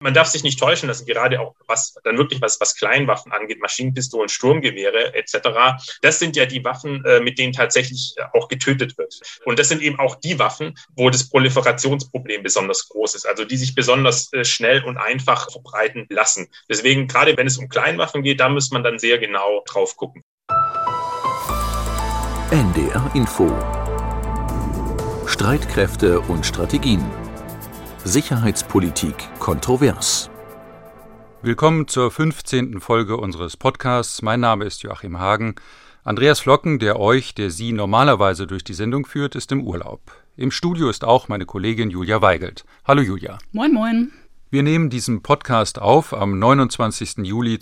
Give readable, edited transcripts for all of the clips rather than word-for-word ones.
Man darf sich nicht täuschen lassen, gerade auch was Kleinwaffen angeht, Maschinenpistolen, Sturmgewehre etc. Das sind ja die Waffen, mit denen tatsächlich auch getötet wird. Und das sind eben auch die Waffen, wo das Proliferationsproblem besonders groß ist, also die sich besonders schnell und einfach verbreiten lassen. Deswegen, gerade wenn es um Kleinwaffen geht, da muss man dann sehr genau drauf gucken. NDR Info. Streitkräfte und Strategien. Sicherheitspolitik kontrovers. Willkommen zur 15. Folge unseres Podcasts. Mein Name ist Joachim Hagen. Andreas Flocken, der Sie normalerweise durch die Sendung führt, ist im Urlaub. Im Studio ist auch meine Kollegin Julia Weigelt. Hallo Julia. Moin, moin. Wir nehmen diesen Podcast auf am 29. Juli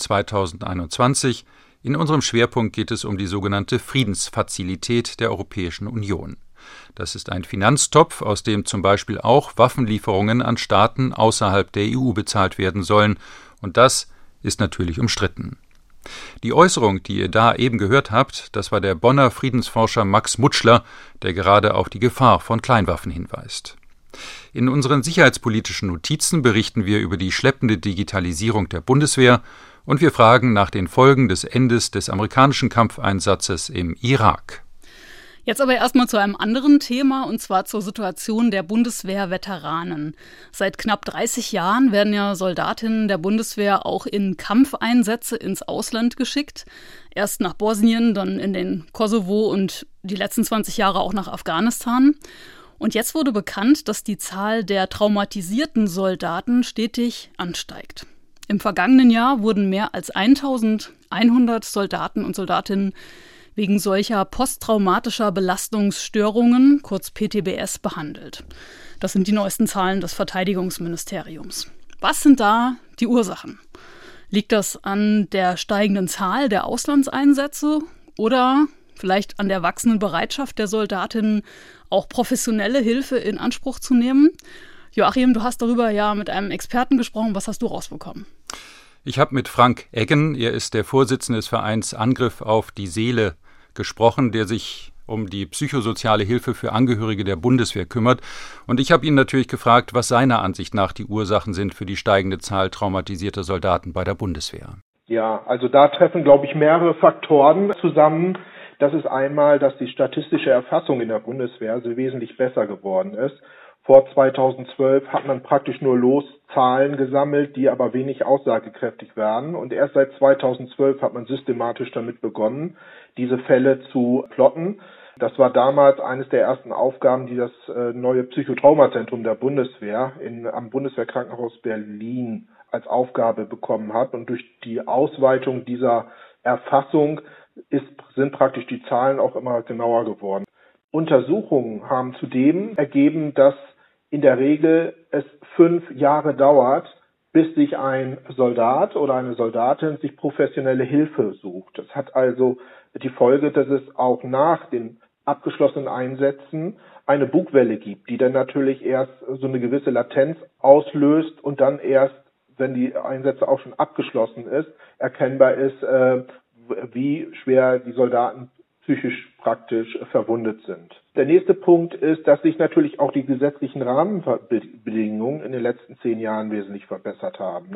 2021. In unserem Schwerpunkt geht es um die sogenannte Friedensfazilität der Europäischen Union. Das ist ein Finanztopf, aus dem zum Beispiel auch Waffenlieferungen an Staaten außerhalb der EU bezahlt werden sollen. Und das ist natürlich umstritten. Die Äußerung, die ihr da eben gehört habt, das war der Bonner Friedensforscher Max Mutschler, der gerade auf die Gefahr von Kleinwaffen hinweist. In unseren sicherheitspolitischen Notizen berichten wir über die schleppende Digitalisierung der Bundeswehr und wir fragen nach den Folgen des Endes des amerikanischen Kampfeinsatzes im Irak. Jetzt aber erstmal zu einem anderen Thema, und zwar zur Situation der Bundeswehr-Veteranen. Seit knapp 30 Jahren werden ja Soldatinnen der Bundeswehr auch in Kampfeinsätze ins Ausland geschickt. Erst nach Bosnien, dann in den Kosovo und die letzten 20 Jahre auch nach Afghanistan. Und jetzt wurde bekannt, dass die Zahl der traumatisierten Soldaten stetig ansteigt. Im vergangenen Jahr wurden mehr als 1100 Soldaten und Soldatinnen wegen solcher posttraumatischer Belastungsstörungen, kurz PTBS, behandelt. Das sind die neuesten Zahlen des Verteidigungsministeriums. Was sind da die Ursachen? Liegt das an der steigenden Zahl der Auslandseinsätze oder vielleicht an der wachsenden Bereitschaft der Soldatinnen, auch professionelle Hilfe in Anspruch zu nehmen? Joachim, du hast darüber ja mit einem Experten gesprochen. Was hast du rausbekommen? Ich habe mit Frank Eggen, er ist der Vorsitzende des Vereins Angriff auf die Seele, gesprochen, der sich um die psychosoziale Hilfe für Angehörige der Bundeswehr kümmert. Und ich habe ihn natürlich gefragt, was seiner Ansicht nach die Ursachen sind für die steigende Zahl traumatisierter Soldaten bei der Bundeswehr. Ja, also da treffen, glaube ich, mehrere Faktoren zusammen. Das ist einmal, dass die statistische Erfassung in der Bundeswehr so wesentlich besser geworden ist. Vor 2012 hat man praktisch nur Loszahlen gesammelt, die aber wenig aussagekräftig waren. Und erst seit 2012 hat man systematisch damit begonnen, diese Fälle zu plotten. Das war damals eines der ersten Aufgaben, die das neue Psychotraumazentrum der Bundeswehr am Bundeswehrkrankenhaus Berlin als Aufgabe bekommen hat. Und durch die Ausweitung dieser Erfassung sind praktisch die Zahlen auch immer genauer geworden. Untersuchungen haben zudem ergeben, dass in der Regel es 5 Jahre dauert, bis sich ein Soldat oder eine Soldatin sich professionelle Hilfe sucht. Das hat also die Folge, dass es auch nach den abgeschlossenen Einsätzen eine Bugwelle gibt, die dann natürlich erst so eine gewisse Latenz auslöst und dann erst, wenn die Einsätze auch schon abgeschlossen ist, erkennbar ist, wie schwer die Soldaten psychisch praktisch verwundet sind. Der nächste Punkt ist, dass sich natürlich auch die gesetzlichen Rahmenbedingungen in den letzten 10 Jahren wesentlich verbessert haben.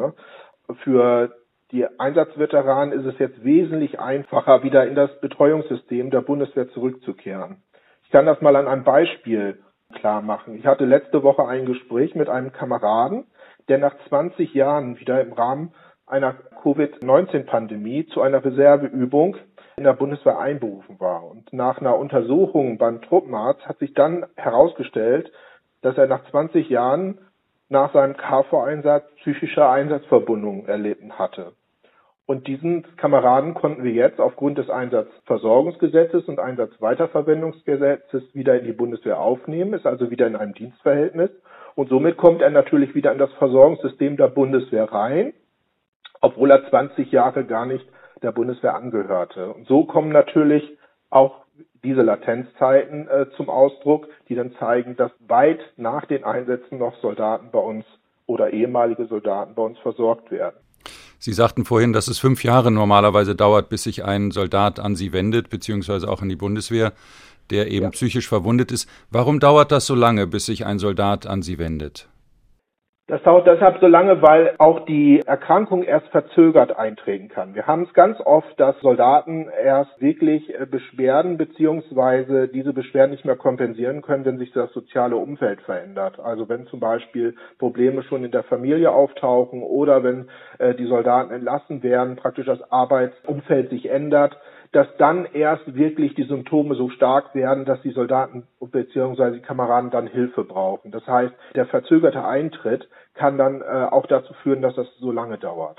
Für die Einsatzveteranen ist es jetzt wesentlich einfacher, wieder in das Betreuungssystem der Bundeswehr zurückzukehren. Ich kann das mal an einem Beispiel klar machen. Ich hatte letzte Woche ein Gespräch mit einem Kameraden, der nach 20 Jahren wieder im Rahmen einer Covid-19-Pandemie zu einer Reserveübung in der Bundeswehr einberufen war. Und nach einer Untersuchung beim Truppenarzt hat sich dann herausgestellt, dass er nach 20 Jahren nach seinem KFOR-Einsatz psychische Einsatzverwundungen erlitten hatte. Und diesen Kameraden konnten wir jetzt aufgrund des Einsatzversorgungsgesetzes und Einsatzweiterverwendungsgesetzes wieder in die Bundeswehr aufnehmen, ist also wieder in einem Dienstverhältnis. Und somit kommt er natürlich wieder in das Versorgungssystem der Bundeswehr rein, obwohl er 20 Jahre gar nicht der Bundeswehr angehörte. Und so kommen natürlich auch diese Latenzzeiten zum Ausdruck, die dann zeigen, dass weit nach den Einsätzen noch Soldaten bei uns oder ehemalige Soldaten bei uns versorgt werden. Sie sagten vorhin, dass es 5 Jahre normalerweise dauert, bis sich ein Soldat an Sie wendet, beziehungsweise auch an die Bundeswehr, der eben psychisch verwundet ist. Warum dauert das so lange, bis sich ein Soldat an Sie wendet? Das dauert deshalb so lange, weil auch die Erkrankung erst verzögert eintreten kann. Wir haben es ganz oft, dass Soldaten erst wirklich Beschwerden beziehungsweise diese Beschwerden nicht mehr kompensieren können, wenn sich das soziale Umfeld verändert. Also wenn zum Beispiel Probleme schon in der Familie auftauchen oder wenn die Soldaten entlassen werden, praktisch das Arbeitsumfeld sich ändert, dass dann erst wirklich die Symptome so stark werden, dass die Soldaten bzw. die Kameraden dann Hilfe brauchen. Das heißt, der verzögerte Eintritt kann dann auch dazu führen, dass das so lange dauert.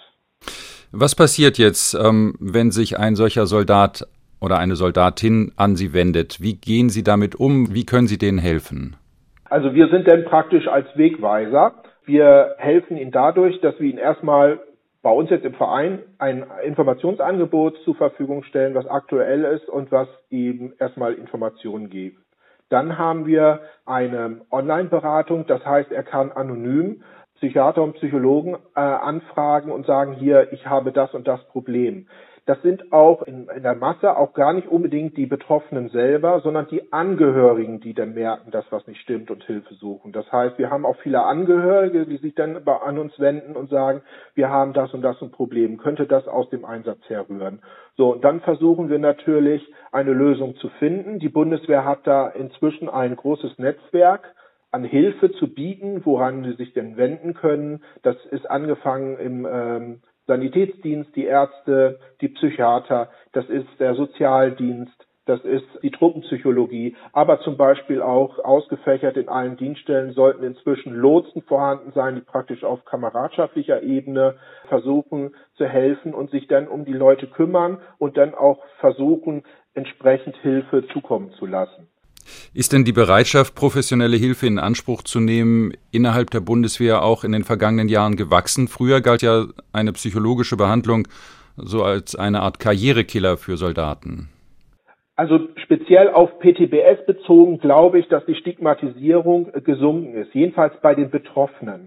Was passiert jetzt, wenn sich ein solcher Soldat oder eine Soldatin an Sie wendet? Wie gehen Sie damit um? Wie können Sie denen helfen? Also wir sind dann praktisch als Wegweiser. Wir helfen ihnen dadurch, dass wir ihnen erstmal bei uns jetzt im Verein ein Informationsangebot zur Verfügung stellen, was aktuell ist und was ihm erstmal Informationen gibt. Dann haben wir eine Online-Beratung, das heißt, er kann anonym Psychiater und Psychologen anfragen und sagen, hier, ich habe das und das Problem. Das sind auch in der Masse auch gar nicht unbedingt die Betroffenen selber, sondern die Angehörigen, die dann merken, dass was nicht stimmt und Hilfe suchen. Das heißt, wir haben auch viele Angehörige, die sich dann an uns wenden und sagen, wir haben das und das ein Problem. Könnte das aus dem Einsatz herrühren? So, und dann versuchen wir natürlich, eine Lösung zu finden. Die Bundeswehr hat da inzwischen ein großes Netzwerk an Hilfe zu bieten, woran sie sich denn wenden können. Das ist angefangen im Sanitätsdienst, die Ärzte, die Psychiater, das ist der Sozialdienst, das ist die Truppenpsychologie, aber zum Beispiel auch ausgefächert in allen Dienststellen sollten inzwischen Lotsen vorhanden sein, die praktisch auf kameradschaftlicher Ebene versuchen zu helfen und sich dann um die Leute kümmern und dann auch versuchen, entsprechend Hilfe zukommen zu lassen. Ist denn die Bereitschaft, professionelle Hilfe in Anspruch zu nehmen, innerhalb der Bundeswehr auch in den vergangenen Jahren gewachsen? Früher galt ja eine psychologische Behandlung so als eine Art Karrierekiller für Soldaten. Also speziell auf PTBS bezogen glaube ich, dass die Stigmatisierung gesunken ist, jedenfalls bei den Betroffenen.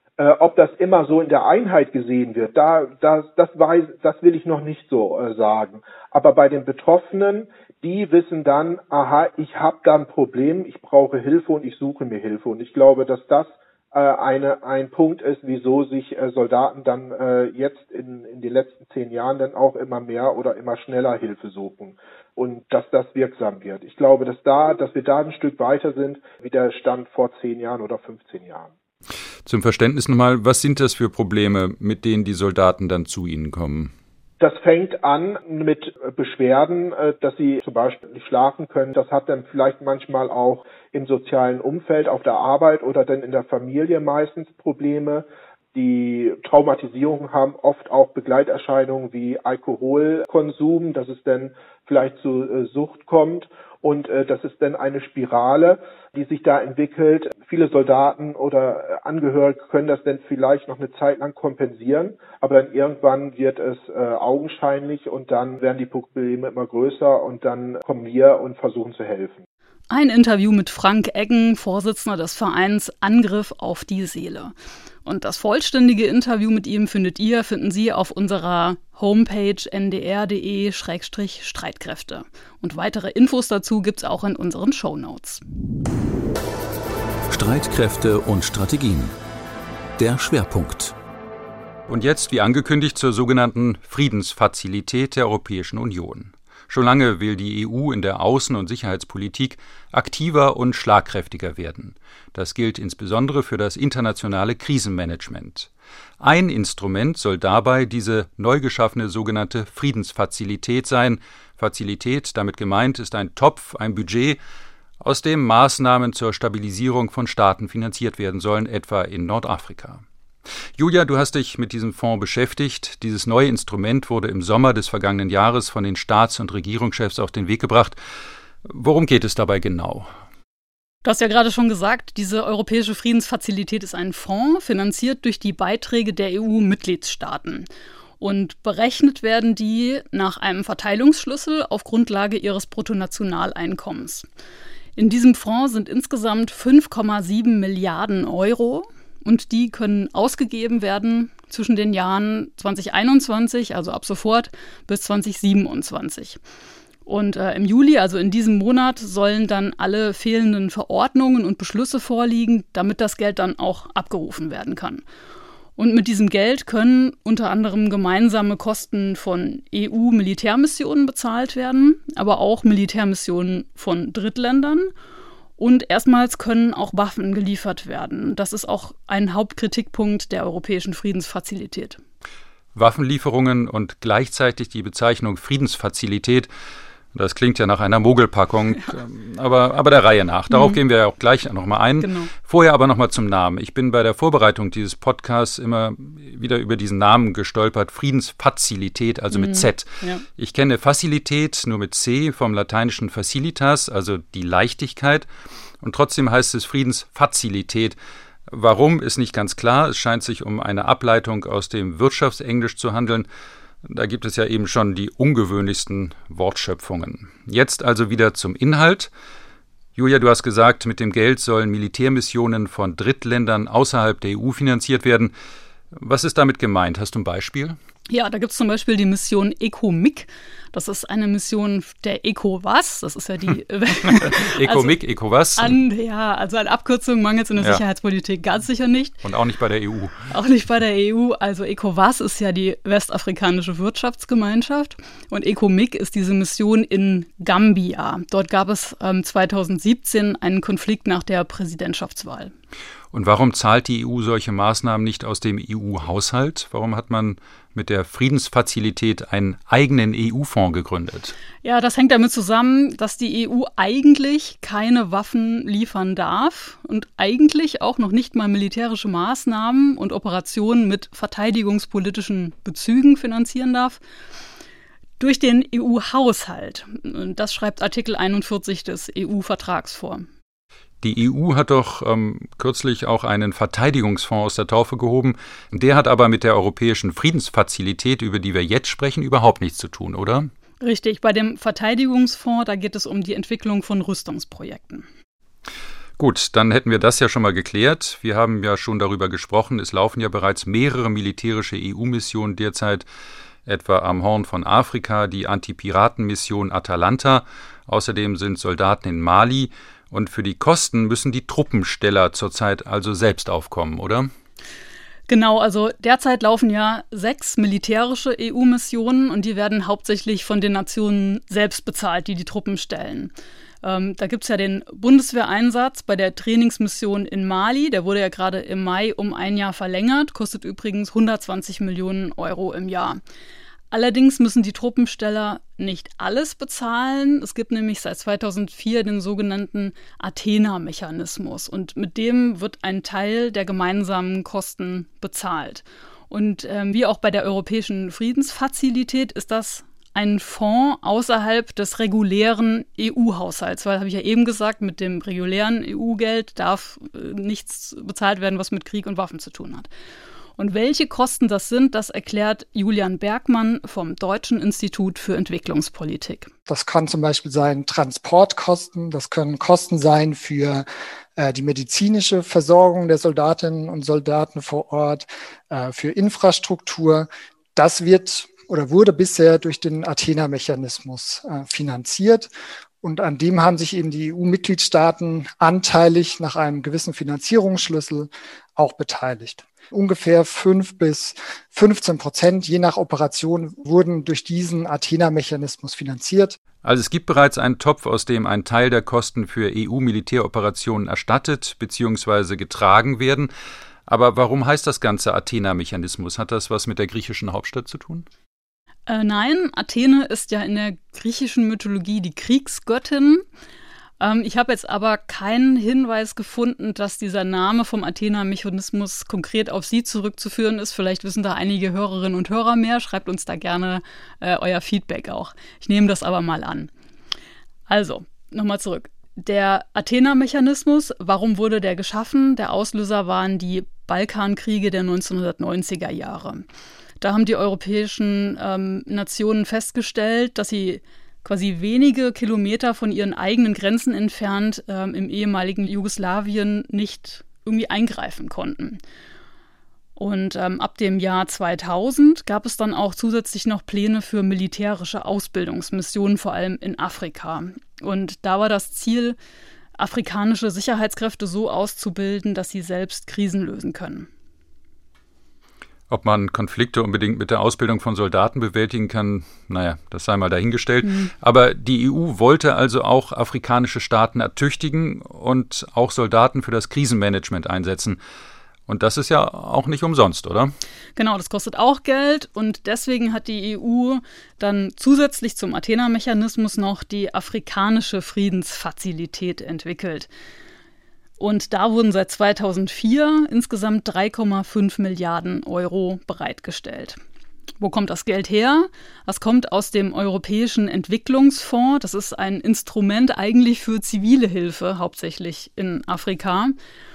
Ob das immer so in der Einheit gesehen wird, das will ich noch nicht so sagen. Aber bei den Betroffenen, die wissen dann, aha, ich habe da ein Problem, ich brauche Hilfe und ich suche mir Hilfe. Und ich glaube, dass das ein Punkt ist, wieso sich Soldaten dann jetzt in den letzten 10 Jahren dann auch immer mehr oder immer schneller Hilfe suchen und dass das wirksam wird. Ich glaube, dass wir da ein Stück weiter sind, wie der Stand vor 10 Jahren oder 15 Jahren. Zum Verständnis nochmal, was sind das für Probleme, mit denen die Soldaten dann zu Ihnen kommen? Das fängt an mit Beschwerden, dass sie zum Beispiel nicht schlafen können. Das hat dann vielleicht manchmal auch im sozialen Umfeld, auf der Arbeit oder dann in der Familie meistens Probleme. Die Traumatisierungen haben oft auch Begleiterscheinungen wie Alkoholkonsum, dass es dann vielleicht zu Sucht kommt. Und das ist dann eine Spirale, die sich da entwickelt. Viele Soldaten oder Angehörige können das dann vielleicht noch eine Zeit lang kompensieren, aber dann irgendwann wird es augenscheinlich und dann werden die Probleme immer größer und dann kommen wir und versuchen zu helfen. Ein Interview mit Frank Eggen, Vorsitzender des Vereins Angriff auf die Seele. Und das vollständige Interview mit ihm finden Sie auf unserer Homepage ndr.de/Streitkräfte. Und weitere Infos dazu gibt's auch in unseren Shownotes. Streitkräfte und Strategien. Der Schwerpunkt. Und jetzt, wie angekündigt, zur sogenannten Friedensfazilität der Europäischen Union. Schon lange will die EU in der Außen- und Sicherheitspolitik aktiver und schlagkräftiger werden. Das gilt insbesondere für das internationale Krisenmanagement. Ein Instrument soll dabei diese neu geschaffene sogenannte Friedensfazilität sein. Fazilität, damit gemeint, ist ein Topf, ein Budget, aus dem Maßnahmen zur Stabilisierung von Staaten finanziert werden sollen, etwa in Nordafrika. Julia, du hast dich mit diesem Fonds beschäftigt. Dieses neue Instrument wurde im Sommer des vergangenen Jahres von den Staats- und Regierungschefs auf den Weg gebracht. Worum geht es dabei genau? Du hast ja gerade schon gesagt, diese Europäische Friedensfazilität ist ein Fonds, finanziert durch die Beiträge der EU-Mitgliedstaaten. Und berechnet werden die nach einem Verteilungsschlüssel auf Grundlage ihres Bruttonationaleinkommens. In diesem Fonds sind insgesamt 5,7 Milliarden Euro. Und die können ausgegeben werden zwischen den Jahren 2021, also ab sofort, bis 2027. Und im Juli, also in diesem Monat, sollen dann alle fehlenden Verordnungen und Beschlüsse vorliegen, damit das Geld dann auch abgerufen werden kann. Und mit diesem Geld können unter anderem gemeinsame Kosten von EU-Militärmissionen bezahlt werden, aber auch Militärmissionen von Drittländern. Und erstmals können auch Waffen geliefert werden. Das ist auch ein Hauptkritikpunkt der Europäischen Friedensfazilität. Waffenlieferungen und gleichzeitig die Bezeichnung Friedensfazilität. Das klingt ja nach einer Mogelpackung, ja. aber der Reihe nach. Darauf gehen wir ja auch gleich nochmal ein. Genau. Vorher aber nochmal zum Namen. Ich bin bei der Vorbereitung dieses Podcasts immer wieder über diesen Namen gestolpert. Friedensfazilität, also mit Z. Ja. Ich kenne Facilität nur mit C vom lateinischen Facilitas, also die Leichtigkeit. Und trotzdem heißt es Friedensfazilität. Warum, ist nicht ganz klar. Es scheint sich um eine Ableitung aus dem Wirtschaftsenglisch zu handeln. Da gibt es ja eben schon die ungewöhnlichsten Wortschöpfungen. Jetzt also wieder zum Inhalt. Julia, du hast gesagt, mit dem Geld sollen Militärmissionen von Drittländern außerhalb der EU finanziert werden. Was ist damit gemeint? Hast du ein Beispiel? Ja, da gibt es zum Beispiel die Mission ECOMIC. Das ist eine Mission der ECOWAS. Das ist ja die ECOMIC, ECOWAS? Also an Abkürzungen mangelt es in der Sicherheitspolitik ganz sicher nicht. Und auch nicht bei der EU. Auch nicht bei der EU. Also ECOWAS ist ja die westafrikanische Wirtschaftsgemeinschaft und ECOMIC ist diese Mission in Gambia. Dort gab es 2017 einen Konflikt nach der Präsidentschaftswahl. Und warum zahlt die EU solche Maßnahmen nicht aus dem EU-Haushalt? Warum hat man mit der Friedensfazilität einen eigenen EU-Fonds gegründet? Ja, das hängt damit zusammen, dass die EU eigentlich keine Waffen liefern darf und eigentlich auch noch nicht mal militärische Maßnahmen und Operationen mit verteidigungspolitischen Bezügen finanzieren darf. Durch den EU-Haushalt. Das schreibt Artikel 41 des EU-Vertrags vor. Die EU hat doch kürzlich auch einen Verteidigungsfonds aus der Taufe gehoben. Der hat aber mit der europäischen Friedensfazilität, über die wir jetzt sprechen, überhaupt nichts zu tun, oder? Richtig, bei dem Verteidigungsfonds, da geht es um die Entwicklung von Rüstungsprojekten. Gut, dann hätten wir das ja schon mal geklärt. Wir haben ja schon darüber gesprochen. Es laufen ja bereits mehrere militärische EU-Missionen derzeit, etwa am Horn von Afrika, die Antipiratenmission Atalanta. Außerdem sind Soldaten in Mali. Und für die Kosten müssen die Truppensteller zurzeit also selbst aufkommen, oder? Genau, also derzeit laufen ja 6 militärische EU-Missionen und die werden hauptsächlich von den Nationen selbst bezahlt, die Truppen stellen. Da gibt es ja den Bundeswehreinsatz bei der Trainingsmission in Mali. Der wurde ja gerade im Mai um ein Jahr verlängert, kostet übrigens 120 Millionen Euro im Jahr. Allerdings müssen die Truppensteller nicht alles bezahlen. Es gibt nämlich seit 2004 den sogenannten Athena-Mechanismus und mit dem wird ein Teil der gemeinsamen Kosten bezahlt. Und wie auch bei der Europäischen Friedensfazilität ist das ein Fonds außerhalb des regulären EU-Haushalts. Weil, habe ich ja eben gesagt, mit dem regulären EU-Geld darf nichts bezahlt werden, was mit Krieg und Waffen zu tun hat. Und welche Kosten das sind, das erklärt Julian Bergmann vom Deutschen Institut für Entwicklungspolitik. Das kann zum Beispiel sein Transportkosten, das können Kosten sein für die medizinische Versorgung der Soldatinnen und Soldaten vor Ort, für Infrastruktur. Das wird oder wurde bisher durch den Athena-Mechanismus finanziert. Und an dem haben sich eben die EU-Mitgliedstaaten anteilig nach einem gewissen Finanzierungsschlüssel auch beteiligt. Ungefähr 5-15%, je nach Operation, wurden durch diesen Athena-Mechanismus finanziert. Also es gibt bereits einen Topf, aus dem ein Teil der Kosten für EU-Militäroperationen erstattet bzw. getragen werden. Aber warum heißt das Ganze Athena-Mechanismus? Hat das was mit der griechischen Hauptstadt zu tun? Nein, Athene ist ja in der griechischen Mythologie die Kriegsgöttin. Ich habe jetzt aber keinen Hinweis gefunden, dass dieser Name vom Athena-Mechanismus konkret auf sie zurückzuführen ist. Vielleicht wissen da einige Hörerinnen und Hörer mehr. Schreibt uns da gerne euer Feedback auch. Ich nehme das aber mal an. Also, nochmal zurück. Der Athena-Mechanismus, warum wurde der geschaffen? Der Auslöser waren die Balkankriege der 1990er Jahre. Da haben die europäischen Nationen festgestellt, dass sie quasi wenige Kilometer von ihren eigenen Grenzen entfernt im ehemaligen Jugoslawien nicht irgendwie eingreifen konnten. Und ab dem Jahr 2000 gab es dann auch zusätzlich noch Pläne für militärische Ausbildungsmissionen, vor allem in Afrika. Und da war das Ziel, afrikanische Sicherheitskräfte so auszubilden, dass sie selbst Krisen lösen können. Ob man Konflikte unbedingt mit der Ausbildung von Soldaten bewältigen kann, das sei mal dahingestellt. Aber die EU wollte also auch afrikanische Staaten ertüchtigen und auch Soldaten für das Krisenmanagement einsetzen. Und das ist ja auch nicht umsonst, oder? Genau, das kostet auch Geld und deswegen hat die EU dann zusätzlich zum Athena-Mechanismus noch die afrikanische Friedensfazilität entwickelt. Und da wurden seit 2004 insgesamt 3,5 Milliarden Euro bereitgestellt. Wo kommt das Geld her? Das kommt aus dem Europäischen Entwicklungsfonds. Das ist ein Instrument eigentlich für zivile Hilfe, hauptsächlich in Afrika.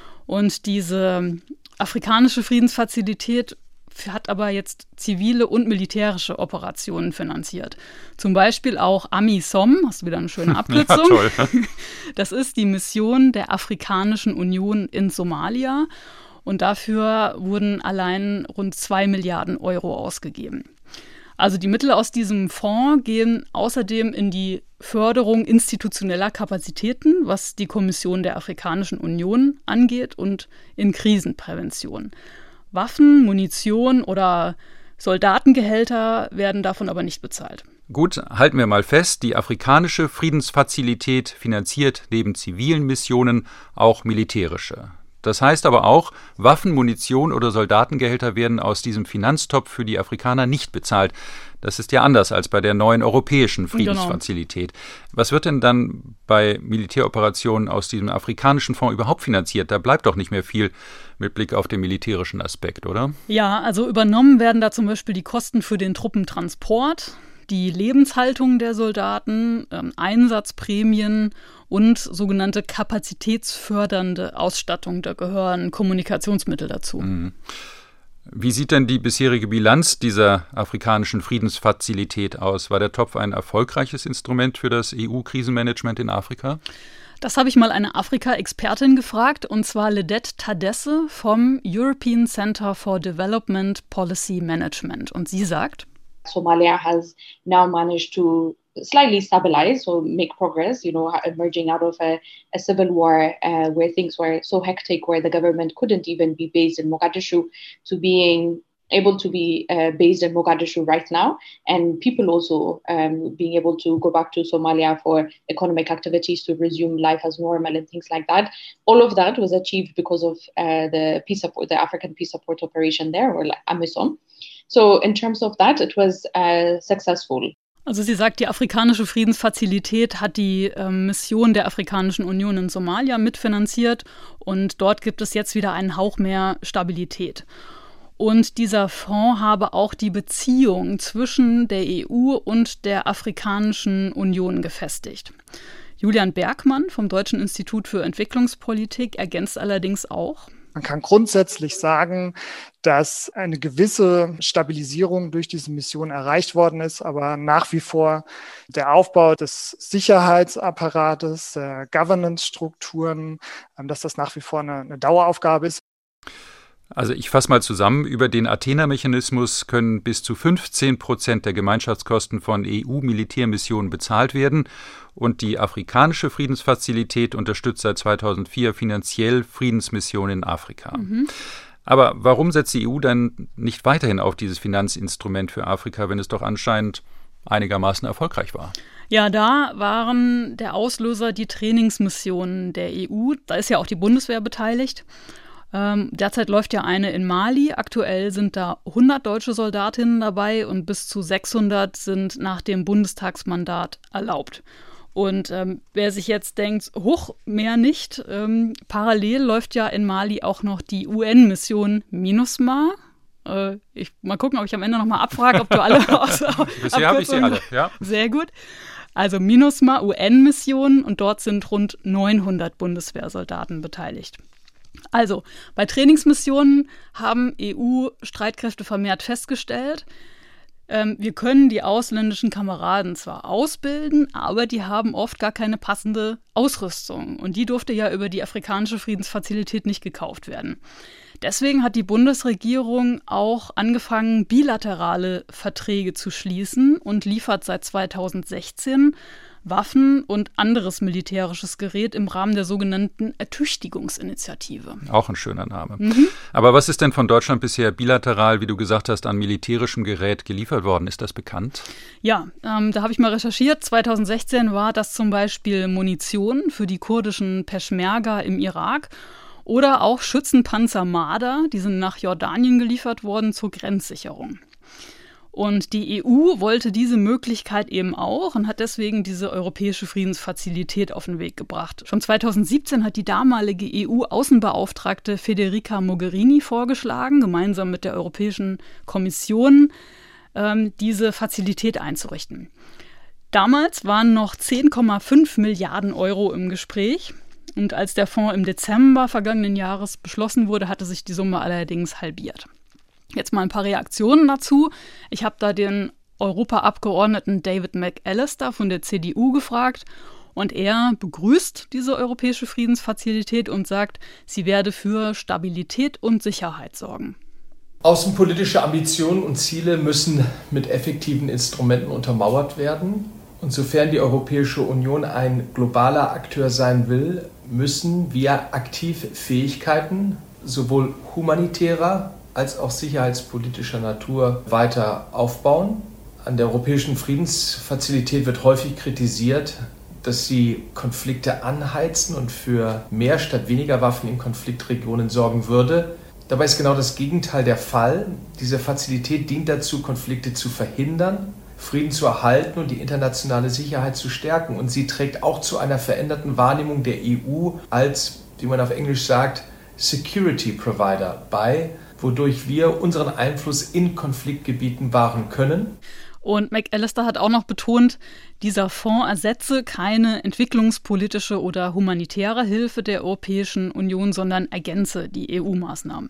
Und diese afrikanische Friedensfazilität hat aber jetzt zivile und militärische Operationen finanziert. Zum Beispiel auch AMISOM, hast du wieder eine schöne Abkürzung. Toll. Das ist die Mission der Afrikanischen Union in Somalia. Und dafür wurden allein rund 2 Milliarden Euro ausgegeben. Also die Mittel aus diesem Fonds gehen außerdem in die Förderung institutioneller Kapazitäten, was die Kommission der Afrikanischen Union angeht, und in Krisenprävention. Waffen, Munition oder Soldatengehälter werden davon aber nicht bezahlt. Gut, halten wir mal fest, die afrikanische Friedensfazilität finanziert neben zivilen Missionen auch militärische. Das heißt aber auch, Waffen, Munition oder Soldatengehälter werden aus diesem Finanztopf für die Afrikaner nicht bezahlt. Das ist ja anders als bei der neuen europäischen Friedensfazilität. Genau. Was wird denn dann bei Militäroperationen aus diesem afrikanischen Fonds überhaupt finanziert? Da bleibt doch nicht mehr viel mit Blick auf den militärischen Aspekt, oder? Ja, also übernommen werden da zum Beispiel die Kosten für den Truppentransport, die Lebenshaltung der Soldaten, Einsatzprämien und sogenannte kapazitätsfördernde Ausstattung. Da gehören Kommunikationsmittel dazu. Mhm. Wie sieht denn die bisherige Bilanz dieser afrikanischen Friedensfazilität aus? War der Topf ein erfolgreiches Instrument für das EU-Krisenmanagement in Afrika? Das habe ich mal eine Afrika-Expertin gefragt, und zwar Ledette Tadesse vom European Center for Development Policy Management. Und sie sagt: Somalia has now managed to slightly stabilize or make progress, emerging out of a civil war where things were so hectic, where the government couldn't even be based in Mogadishu, to being able to be based in Mogadishu right now, and people also being able to go back to Somalia for economic activities, to resume life as normal and things like that. All of that was achieved because of the African Peace Support Operation there, or AMISOM. So in terms of that, it was successful. Also sie sagt, die afrikanische Friedensfazilität hat die Mission der Afrikanischen Union in Somalia mitfinanziert und dort gibt es jetzt wieder einen Hauch mehr Stabilität. Und dieser Fonds habe auch die Beziehung zwischen der EU und der Afrikanischen Union gefestigt. Julian Bergmann vom Deutschen Institut für Entwicklungspolitik ergänzt allerdings auch: Man kann grundsätzlich sagen, dass eine gewisse Stabilisierung durch diese Mission erreicht worden ist, aber nach wie vor der Aufbau des Sicherheitsapparates, der Governance-Strukturen, dass das nach wie vor eine Daueraufgabe ist. Also ich fasse mal zusammen, über den Athena-Mechanismus können bis zu 15% der Gemeinschaftskosten von EU-Militärmissionen bezahlt werden und die afrikanische Friedensfazilität unterstützt seit 2004 finanziell Friedensmissionen in Afrika. Mhm. Aber warum setzt die EU dann nicht weiterhin auf dieses Finanzinstrument für Afrika, wenn es doch anscheinend einigermaßen erfolgreich war? Ja, da waren der Auslöser die Trainingsmissionen der EU. Da ist ja auch die Bundeswehr beteiligt. Derzeit läuft ja eine in Mali. Aktuell sind da 100 deutsche Soldatinnen dabei und bis zu 600 sind nach dem Bundestagsmandat erlaubt. Und wer sich jetzt denkt, mehr nicht, parallel läuft ja in Mali auch noch die UN-Mission MINUSMA. Mal gucken, ob ich am Ende nochmal abfrage, ob du alle Bisher habe ich sie alle, ja. Sehr gut. Also MINUSMA, UN-Mission, und dort sind rund 900 Bundeswehrsoldaten beteiligt. Also, bei Trainingsmissionen haben EU-Streitkräfte vermehrt festgestellt, wir können die ausländischen Kameraden zwar ausbilden, aber die haben oft gar keine passende Ausrüstung. Und die durfte ja über die afrikanische Friedensfazilität nicht gekauft werden. Deswegen hat die Bundesregierung auch angefangen, bilaterale Verträge zu schließen und liefert seit 2016 Waffen und anderes militärisches Gerät im Rahmen der sogenannten Ertüchtigungsinitiative. Auch ein schöner Name. Aber was ist denn von Deutschland bisher bilateral, wie du gesagt hast, an militärischem Gerät geliefert worden? Ist das bekannt? Ja, da habe ich mal recherchiert. 2016 war das zum Beispiel Munition für die kurdischen Peschmerga im Irak oder auch Schützenpanzer Marder, die sind nach Jordanien geliefert worden zur Grenzsicherung. Und die EU wollte diese Möglichkeit eben auch und hat deswegen diese europäische Friedensfazilität auf den Weg gebracht. Schon 2017 hat die damalige EU-Außenbeauftragte Federica Mogherini vorgeschlagen, gemeinsam mit der Europäischen Kommission diese Fazilität einzurichten. Damals waren noch 10,5 Milliarden Euro im Gespräch. Und als der Fonds im Dezember vergangenen Jahres beschlossen wurde, hatte sich die Summe allerdings halbiert. Jetzt mal ein paar Reaktionen dazu. Ich habe da den Europaabgeordneten David McAllister von der CDU gefragt und er begrüßt diese europäische Friedensfazilität und sagt, sie werde für Stabilität und Sicherheit sorgen. Außenpolitische Ambitionen und Ziele müssen mit effektiven Instrumenten untermauert werden. Und sofern die Europäische Union ein globaler Akteur sein will, müssen wir aktiv Fähigkeiten sowohl humanitärer als auch sicherheitspolitischer Natur weiter aufbauen. An der Europäischen Friedensfazilität wird häufig kritisiert, dass sie Konflikte anheizen und für mehr statt weniger Waffen in Konfliktregionen sorgen würde. Dabei ist genau das Gegenteil der Fall. Diese Fazilität dient dazu, Konflikte zu verhindern, Frieden zu erhalten und die internationale Sicherheit zu stärken. Und sie trägt auch zu einer veränderten Wahrnehmung der EU als, wie man auf Englisch sagt, Security Provider bei, wodurch wir unseren Einfluss in Konfliktgebieten wahren können. Und McAllister hat auch noch betont, dieser Fonds ersetze keine entwicklungspolitische oder humanitäre Hilfe der Europäischen Union, sondern ergänze die EU-Maßnahmen.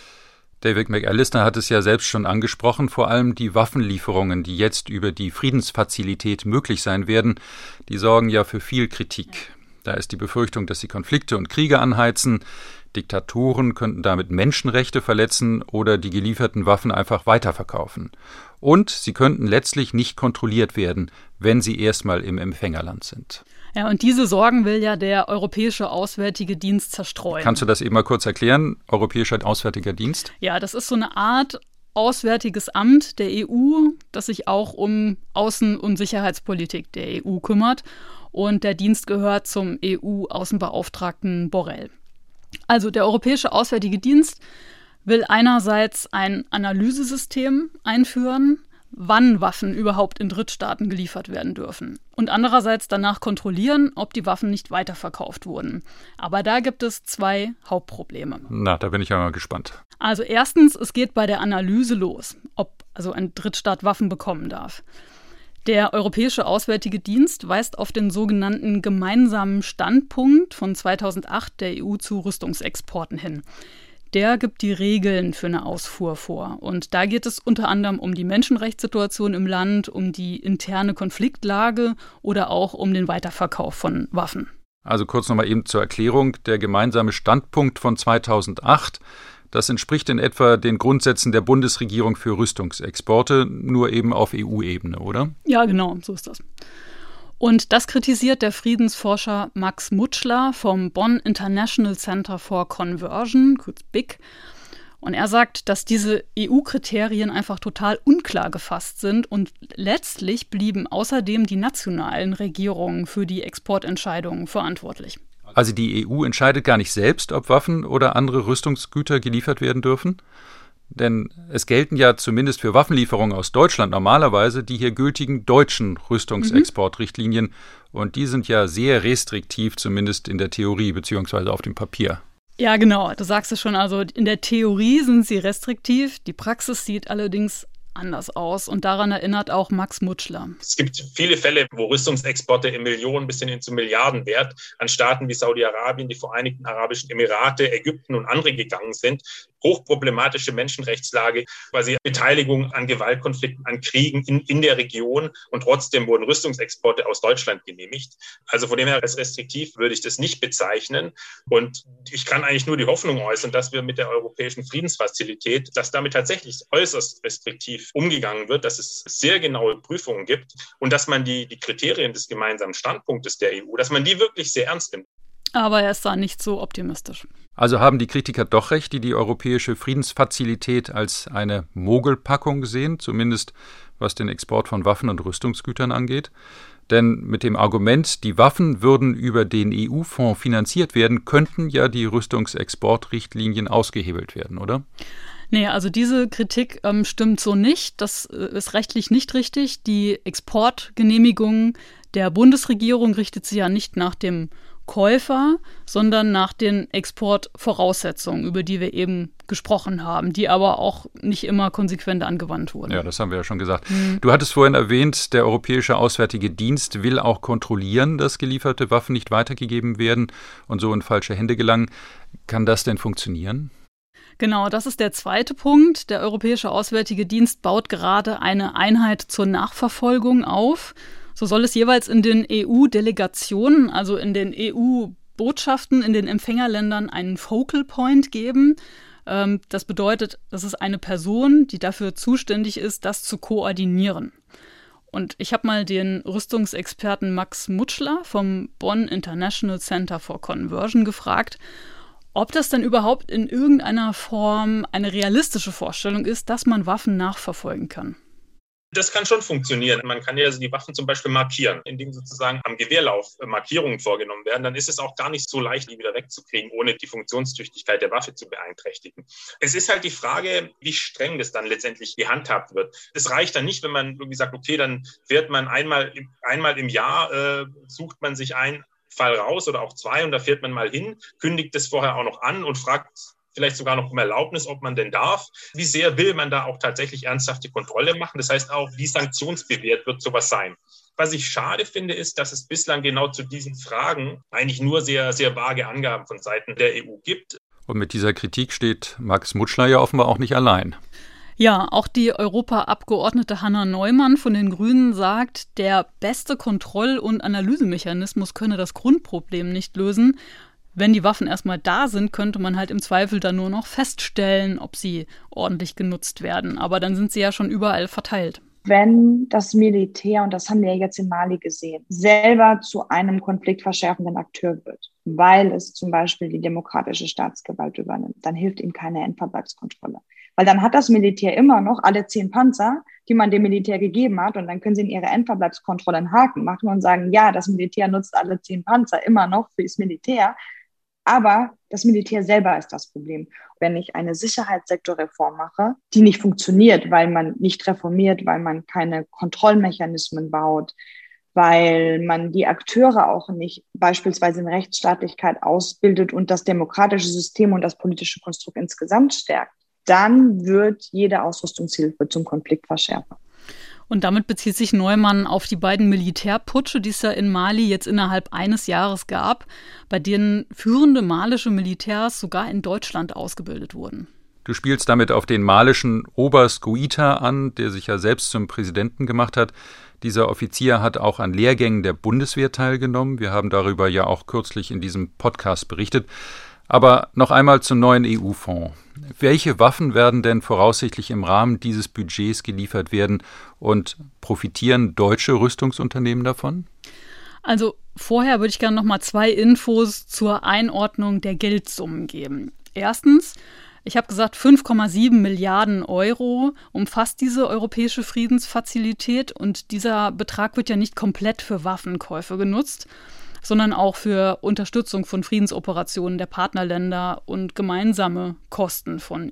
David McAllister hat es ja selbst schon angesprochen, vor allem die Waffenlieferungen, die jetzt über die Friedensfazilität möglich sein werden, die sorgen ja für viel Kritik. Da ist die Befürchtung, dass sie Konflikte und Kriege anheizen. Diktatoren könnten damit Menschenrechte verletzen oder die gelieferten Waffen einfach weiterverkaufen. Und sie könnten letztlich nicht kontrolliert werden, wenn sie erstmal im Empfängerland sind. Ja, und diese Sorgen will ja der Europäische Auswärtige Dienst zerstreuen. Kannst du das eben mal kurz erklären? Europäischer Auswärtiger Dienst? Ja, das ist so eine Art Auswärtiges Amt der EU, das sich auch um Außen- und Sicherheitspolitik der EU kümmert. Und der Dienst gehört zum EU-Außenbeauftragten Borrell. Also der Europäische Auswärtige Dienst will einerseits ein Analysesystem einführen, wann Waffen überhaupt in Drittstaaten geliefert werden dürfen. Und andererseits danach kontrollieren, ob die Waffen nicht weiterverkauft wurden. Aber da gibt es zwei Hauptprobleme. Na, da bin ich ja mal gespannt. Also erstens, es geht bei der Analyse los, ob also ein Drittstaat Waffen bekommen darf. Der Europäische Auswärtige Dienst weist auf den sogenannten gemeinsamen Standpunkt von 2008 der EU zu Rüstungsexporten hin. Der gibt die Regeln für eine Ausfuhr vor. Und da geht es unter anderem um die Menschenrechtssituation im Land, um die interne Konfliktlage oder auch um den Weiterverkauf von Waffen. Also kurz nochmal eben zur Erklärung. Der gemeinsame Standpunkt von 2008, das entspricht in etwa den Grundsätzen der Bundesregierung für Rüstungsexporte, nur eben auf EU-Ebene, oder? Ja, genau, so ist das. Und das kritisiert der Friedensforscher Max Mutschler vom Bonn International Center for Conversion, kurz BIC. Und er sagt, dass diese EU-Kriterien einfach total unklar gefasst sind und letztlich blieben außerdem die nationalen Regierungen für die Exportentscheidungen verantwortlich. Also die EU entscheidet gar nicht selbst, ob Waffen oder andere Rüstungsgüter geliefert werden dürfen? Denn es gelten ja zumindest für Waffenlieferungen aus Deutschland normalerweise die hier gültigen deutschen Rüstungsexportrichtlinien. Und die sind ja sehr restriktiv, zumindest in der Theorie bzw. auf dem Papier. Ja, genau. Du sagst es schon. Also in der Theorie sind sie restriktiv. Die Praxis sieht allerdings anders aus. Und daran erinnert auch Max Mutschler. Es gibt viele Fälle, wo Rüstungsexporte in Millionen bis hin zu Milliarden Wert an Staaten wie Saudi-Arabien, die Vereinigten Arabischen Emirate, Ägypten und andere gegangen sind. hochproblematische Menschenrechtslage, quasi Beteiligung an Gewaltkonflikten, an Kriegen in der Region, und trotzdem wurden Rüstungsexporte aus Deutschland genehmigt. Also von dem her als restriktiv würde ich das nicht bezeichnen. Und ich kann eigentlich nur die Hoffnung äußern, dass wir mit der europäischen Friedensfazilität, dass damit tatsächlich äußerst restriktiv umgegangen wird, dass es sehr genaue Prüfungen gibt und dass man die Kriterien des gemeinsamen Standpunktes der EU, dass man die wirklich sehr ernst nimmt. Aber er ist da nicht so optimistisch. Also haben die Kritiker doch recht, die die europäische Friedensfazilität als eine Mogelpackung sehen, zumindest was den Export von Waffen und Rüstungsgütern angeht. Denn mit dem Argument, die Waffen würden über den EU-Fonds finanziert werden, könnten ja die Rüstungsexportrichtlinien ausgehebelt werden, oder? Nee, also diese Kritik stimmt so nicht. Das ist rechtlich nicht richtig. Die Exportgenehmigung der Bundesregierung richtet sich ja nicht nach dem Käufer, sondern nach den Exportvoraussetzungen, über die wir eben gesprochen haben, die aber auch nicht immer konsequent angewandt wurden. Ja, das haben wir ja schon gesagt. Du hattest vorhin erwähnt, der Europäische Auswärtige Dienst will auch kontrollieren, dass gelieferte Waffen nicht weitergegeben werden und so in falsche Hände gelangen. Kann das denn funktionieren? Genau, das ist der zweite Punkt. Der Europäische Auswärtige Dienst baut gerade eine Einheit zur Nachverfolgung auf. So soll es jeweils in den EU-Delegationen, also in den EU-Botschaften in den Empfängerländern, einen Focal Point geben. Das bedeutet, das ist eine Person, die dafür zuständig ist, das zu koordinieren. Und ich habe mal den Rüstungsexperten Max Mutschler vom Bonn International Center for Conversion gefragt, ob das denn überhaupt in irgendeiner Form eine realistische Vorstellung ist, dass man Waffen nachverfolgen kann. Das kann schon funktionieren. Man kann ja die Waffen zum Beispiel markieren, indem sozusagen am Gewehrlauf Markierungen vorgenommen werden. Dann ist es auch gar nicht so leicht, die wieder wegzukriegen, ohne die Funktionstüchtigkeit der Waffe zu beeinträchtigen. Es ist halt die Frage, wie streng das dann letztendlich gehandhabt wird. Es reicht dann nicht, wenn man irgendwie sagt, okay, dann fährt man einmal im Jahr, sucht man sich einen Fall raus oder auch zwei und da fährt man mal hin, kündigt das vorher auch noch an und fragt vielleicht sogar noch um Erlaubnis, ob man denn darf. Wie sehr will man da auch tatsächlich ernsthafte Kontrolle machen? Das heißt auch, wie sanktionsbewehrt wird sowas sein? Was ich schade finde, ist, dass es bislang genau zu diesen Fragen eigentlich nur sehr, sehr vage Angaben von Seiten der EU gibt. Und mit dieser Kritik steht Max Mutschler ja offenbar auch nicht allein. Ja, auch die Europaabgeordnete Hanna Neumann von den Grünen sagt, der beste Kontroll- und Analysemechanismus könne das Grundproblem nicht lösen. Wenn die Waffen erstmal da sind, könnte man halt im Zweifel dann nur noch feststellen, ob sie ordentlich genutzt werden. Aber dann sind sie ja schon überall verteilt. Wenn das Militär, und das haben wir ja jetzt in Mali gesehen, selber zu einem konfliktverschärfenden Akteur wird, weil es zum Beispiel die demokratische Staatsgewalt übernimmt, dann hilft ihm keine Endverbleibskontrolle. Weil dann hat das Militär immer noch alle 10 Panzer, die man dem Militär gegeben hat, und dann können sie in ihre Endverbleibskontrolle einen Haken machen und sagen, ja, das Militär nutzt alle 10 Panzer immer noch fürs Militär. Aber das Militär selber ist das Problem. Wenn ich eine Sicherheitssektorreform mache, die nicht funktioniert, weil man nicht reformiert, weil man keine Kontrollmechanismen baut, weil man die Akteure auch nicht beispielsweise in Rechtsstaatlichkeit ausbildet und das demokratische System und das politische Konstrukt insgesamt stärkt, dann wird jede Ausrüstungshilfe zum Konfliktverschärfer. Und damit bezieht sich Neumann auf die beiden Militärputsche, die es ja in Mali jetzt innerhalb eines Jahres gab, bei denen führende malische Militärs sogar in Deutschland ausgebildet wurden. Du spielst damit auf den malischen Oberst Guita an, der sich ja selbst zum Präsidenten gemacht hat. Dieser Offizier hat auch an Lehrgängen der Bundeswehr teilgenommen. Wir haben darüber ja auch kürzlich in diesem Podcast berichtet. Aber noch einmal zum neuen EU-Fonds. Welche Waffen werden denn voraussichtlich im Rahmen dieses Budgets geliefert werden und profitieren deutsche Rüstungsunternehmen davon? Also vorher würde ich gerne noch mal 2 Infos zur Einordnung der Geldsummen geben. Erstens, ich habe gesagt, 5,7 Milliarden Euro umfasst diese europäische Friedensfazilität und dieser Betrag wird ja nicht komplett für Waffenkäufe genutzt, sondern auch für Unterstützung von Friedensoperationen der Partnerländer und gemeinsame Kosten von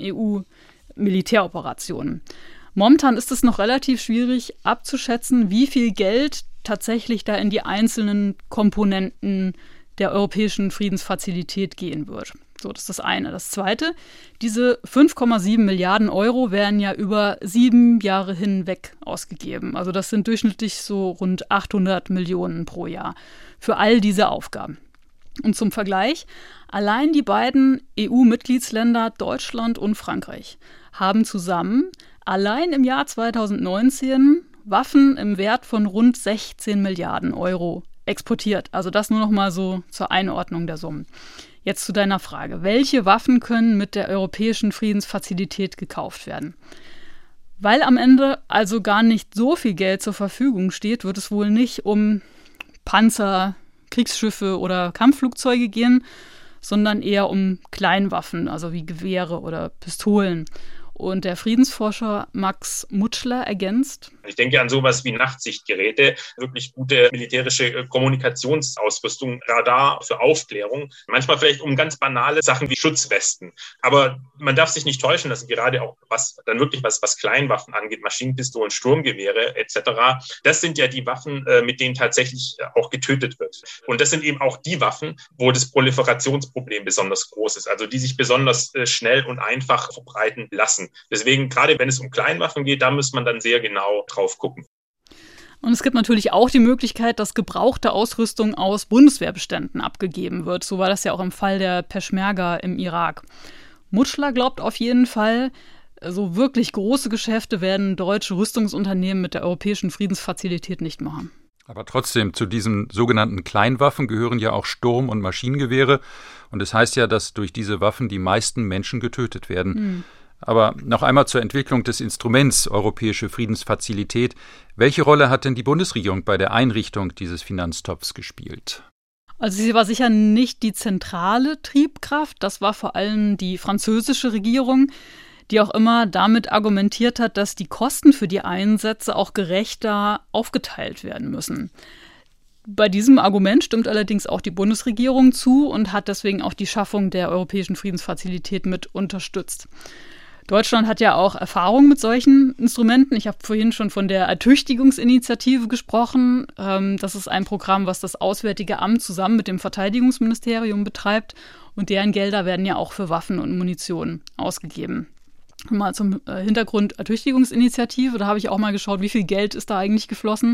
EU-Militäroperationen. Momentan ist es noch relativ schwierig abzuschätzen, wie viel Geld tatsächlich da in die einzelnen Komponenten der europäischen Friedensfazilität gehen wird. So, das ist das eine. Das zweite, diese 5,7 Milliarden Euro werden ja über 7 Jahre hinweg ausgegeben. Also das sind durchschnittlich so rund 800 Millionen pro Jahr für all diese Aufgaben. Und zum Vergleich, allein die beiden EU-Mitgliedsländer Deutschland und Frankreich haben zusammen allein im Jahr 2019 Waffen im Wert von rund 16 Milliarden Euro exportiert. Also das nur noch mal so zur Einordnung der Summen. Jetzt zu deiner Frage. Welche Waffen können mit der europäischen Friedensfazilität gekauft werden? Weil am Ende also gar nicht so viel Geld zur Verfügung steht, wird es wohl nicht um Panzer, Kriegsschiffe oder Kampfflugzeuge gehen, sondern eher um Kleinwaffen, also wie Gewehre oder Pistolen. Und der Friedensforscher Max Mutschler ergänzt: Ich denke an sowas wie Nachtsichtgeräte, wirklich gute militärische Kommunikationsausrüstung, Radar für Aufklärung, manchmal vielleicht um ganz banale Sachen wie Schutzwesten. Aber man darf sich nicht täuschen lassen, gerade auch was Kleinwaffen angeht, Maschinenpistolen, Sturmgewehre etc., das sind ja die Waffen, mit denen tatsächlich auch getötet wird. Und das sind eben auch die Waffen, wo das Proliferationsproblem besonders groß ist, also die sich besonders schnell und einfach verbreiten lassen. Deswegen, gerade wenn es um Kleinwaffen geht, da muss man dann sehr genau drauf gucken. Und es gibt natürlich auch die Möglichkeit, dass gebrauchte Ausrüstung aus Bundeswehrbeständen abgegeben wird. So war das ja auch im Fall der Peschmerga im Irak. Mutschler glaubt auf jeden Fall, so wirklich große Geschäfte werden deutsche Rüstungsunternehmen mit der europäischen Friedensfazilität nicht machen. Aber trotzdem, zu diesen sogenannten Kleinwaffen gehören ja auch Sturm- und Maschinengewehre. Und es heißt ja, dass durch diese Waffen die meisten Menschen getötet werden. Aber noch einmal zur Entwicklung des Instruments Europäische Friedensfazilität. Welche Rolle hat denn die Bundesregierung bei der Einrichtung dieses Finanztopfs gespielt? Also sie war sicher nicht die zentrale Triebkraft. Das war vor allem die französische Regierung, die auch immer damit argumentiert hat, dass die Kosten für die Einsätze auch gerechter aufgeteilt werden müssen. Bei diesem Argument stimmt allerdings auch die Bundesregierung zu und hat deswegen auch die Schaffung der Europäischen Friedensfazilität mit unterstützt. Deutschland hat ja auch Erfahrung mit solchen Instrumenten. Ich habe vorhin schon von der Ertüchtigungsinitiative gesprochen. Das ist ein Programm, was das Auswärtige Amt zusammen mit dem Verteidigungsministerium betreibt. Und deren Gelder werden ja auch für Waffen und Munition ausgegeben. Mal zum Hintergrund Ertüchtigungsinitiative. Da habe ich auch mal geschaut, wie viel Geld ist da eigentlich geflossen.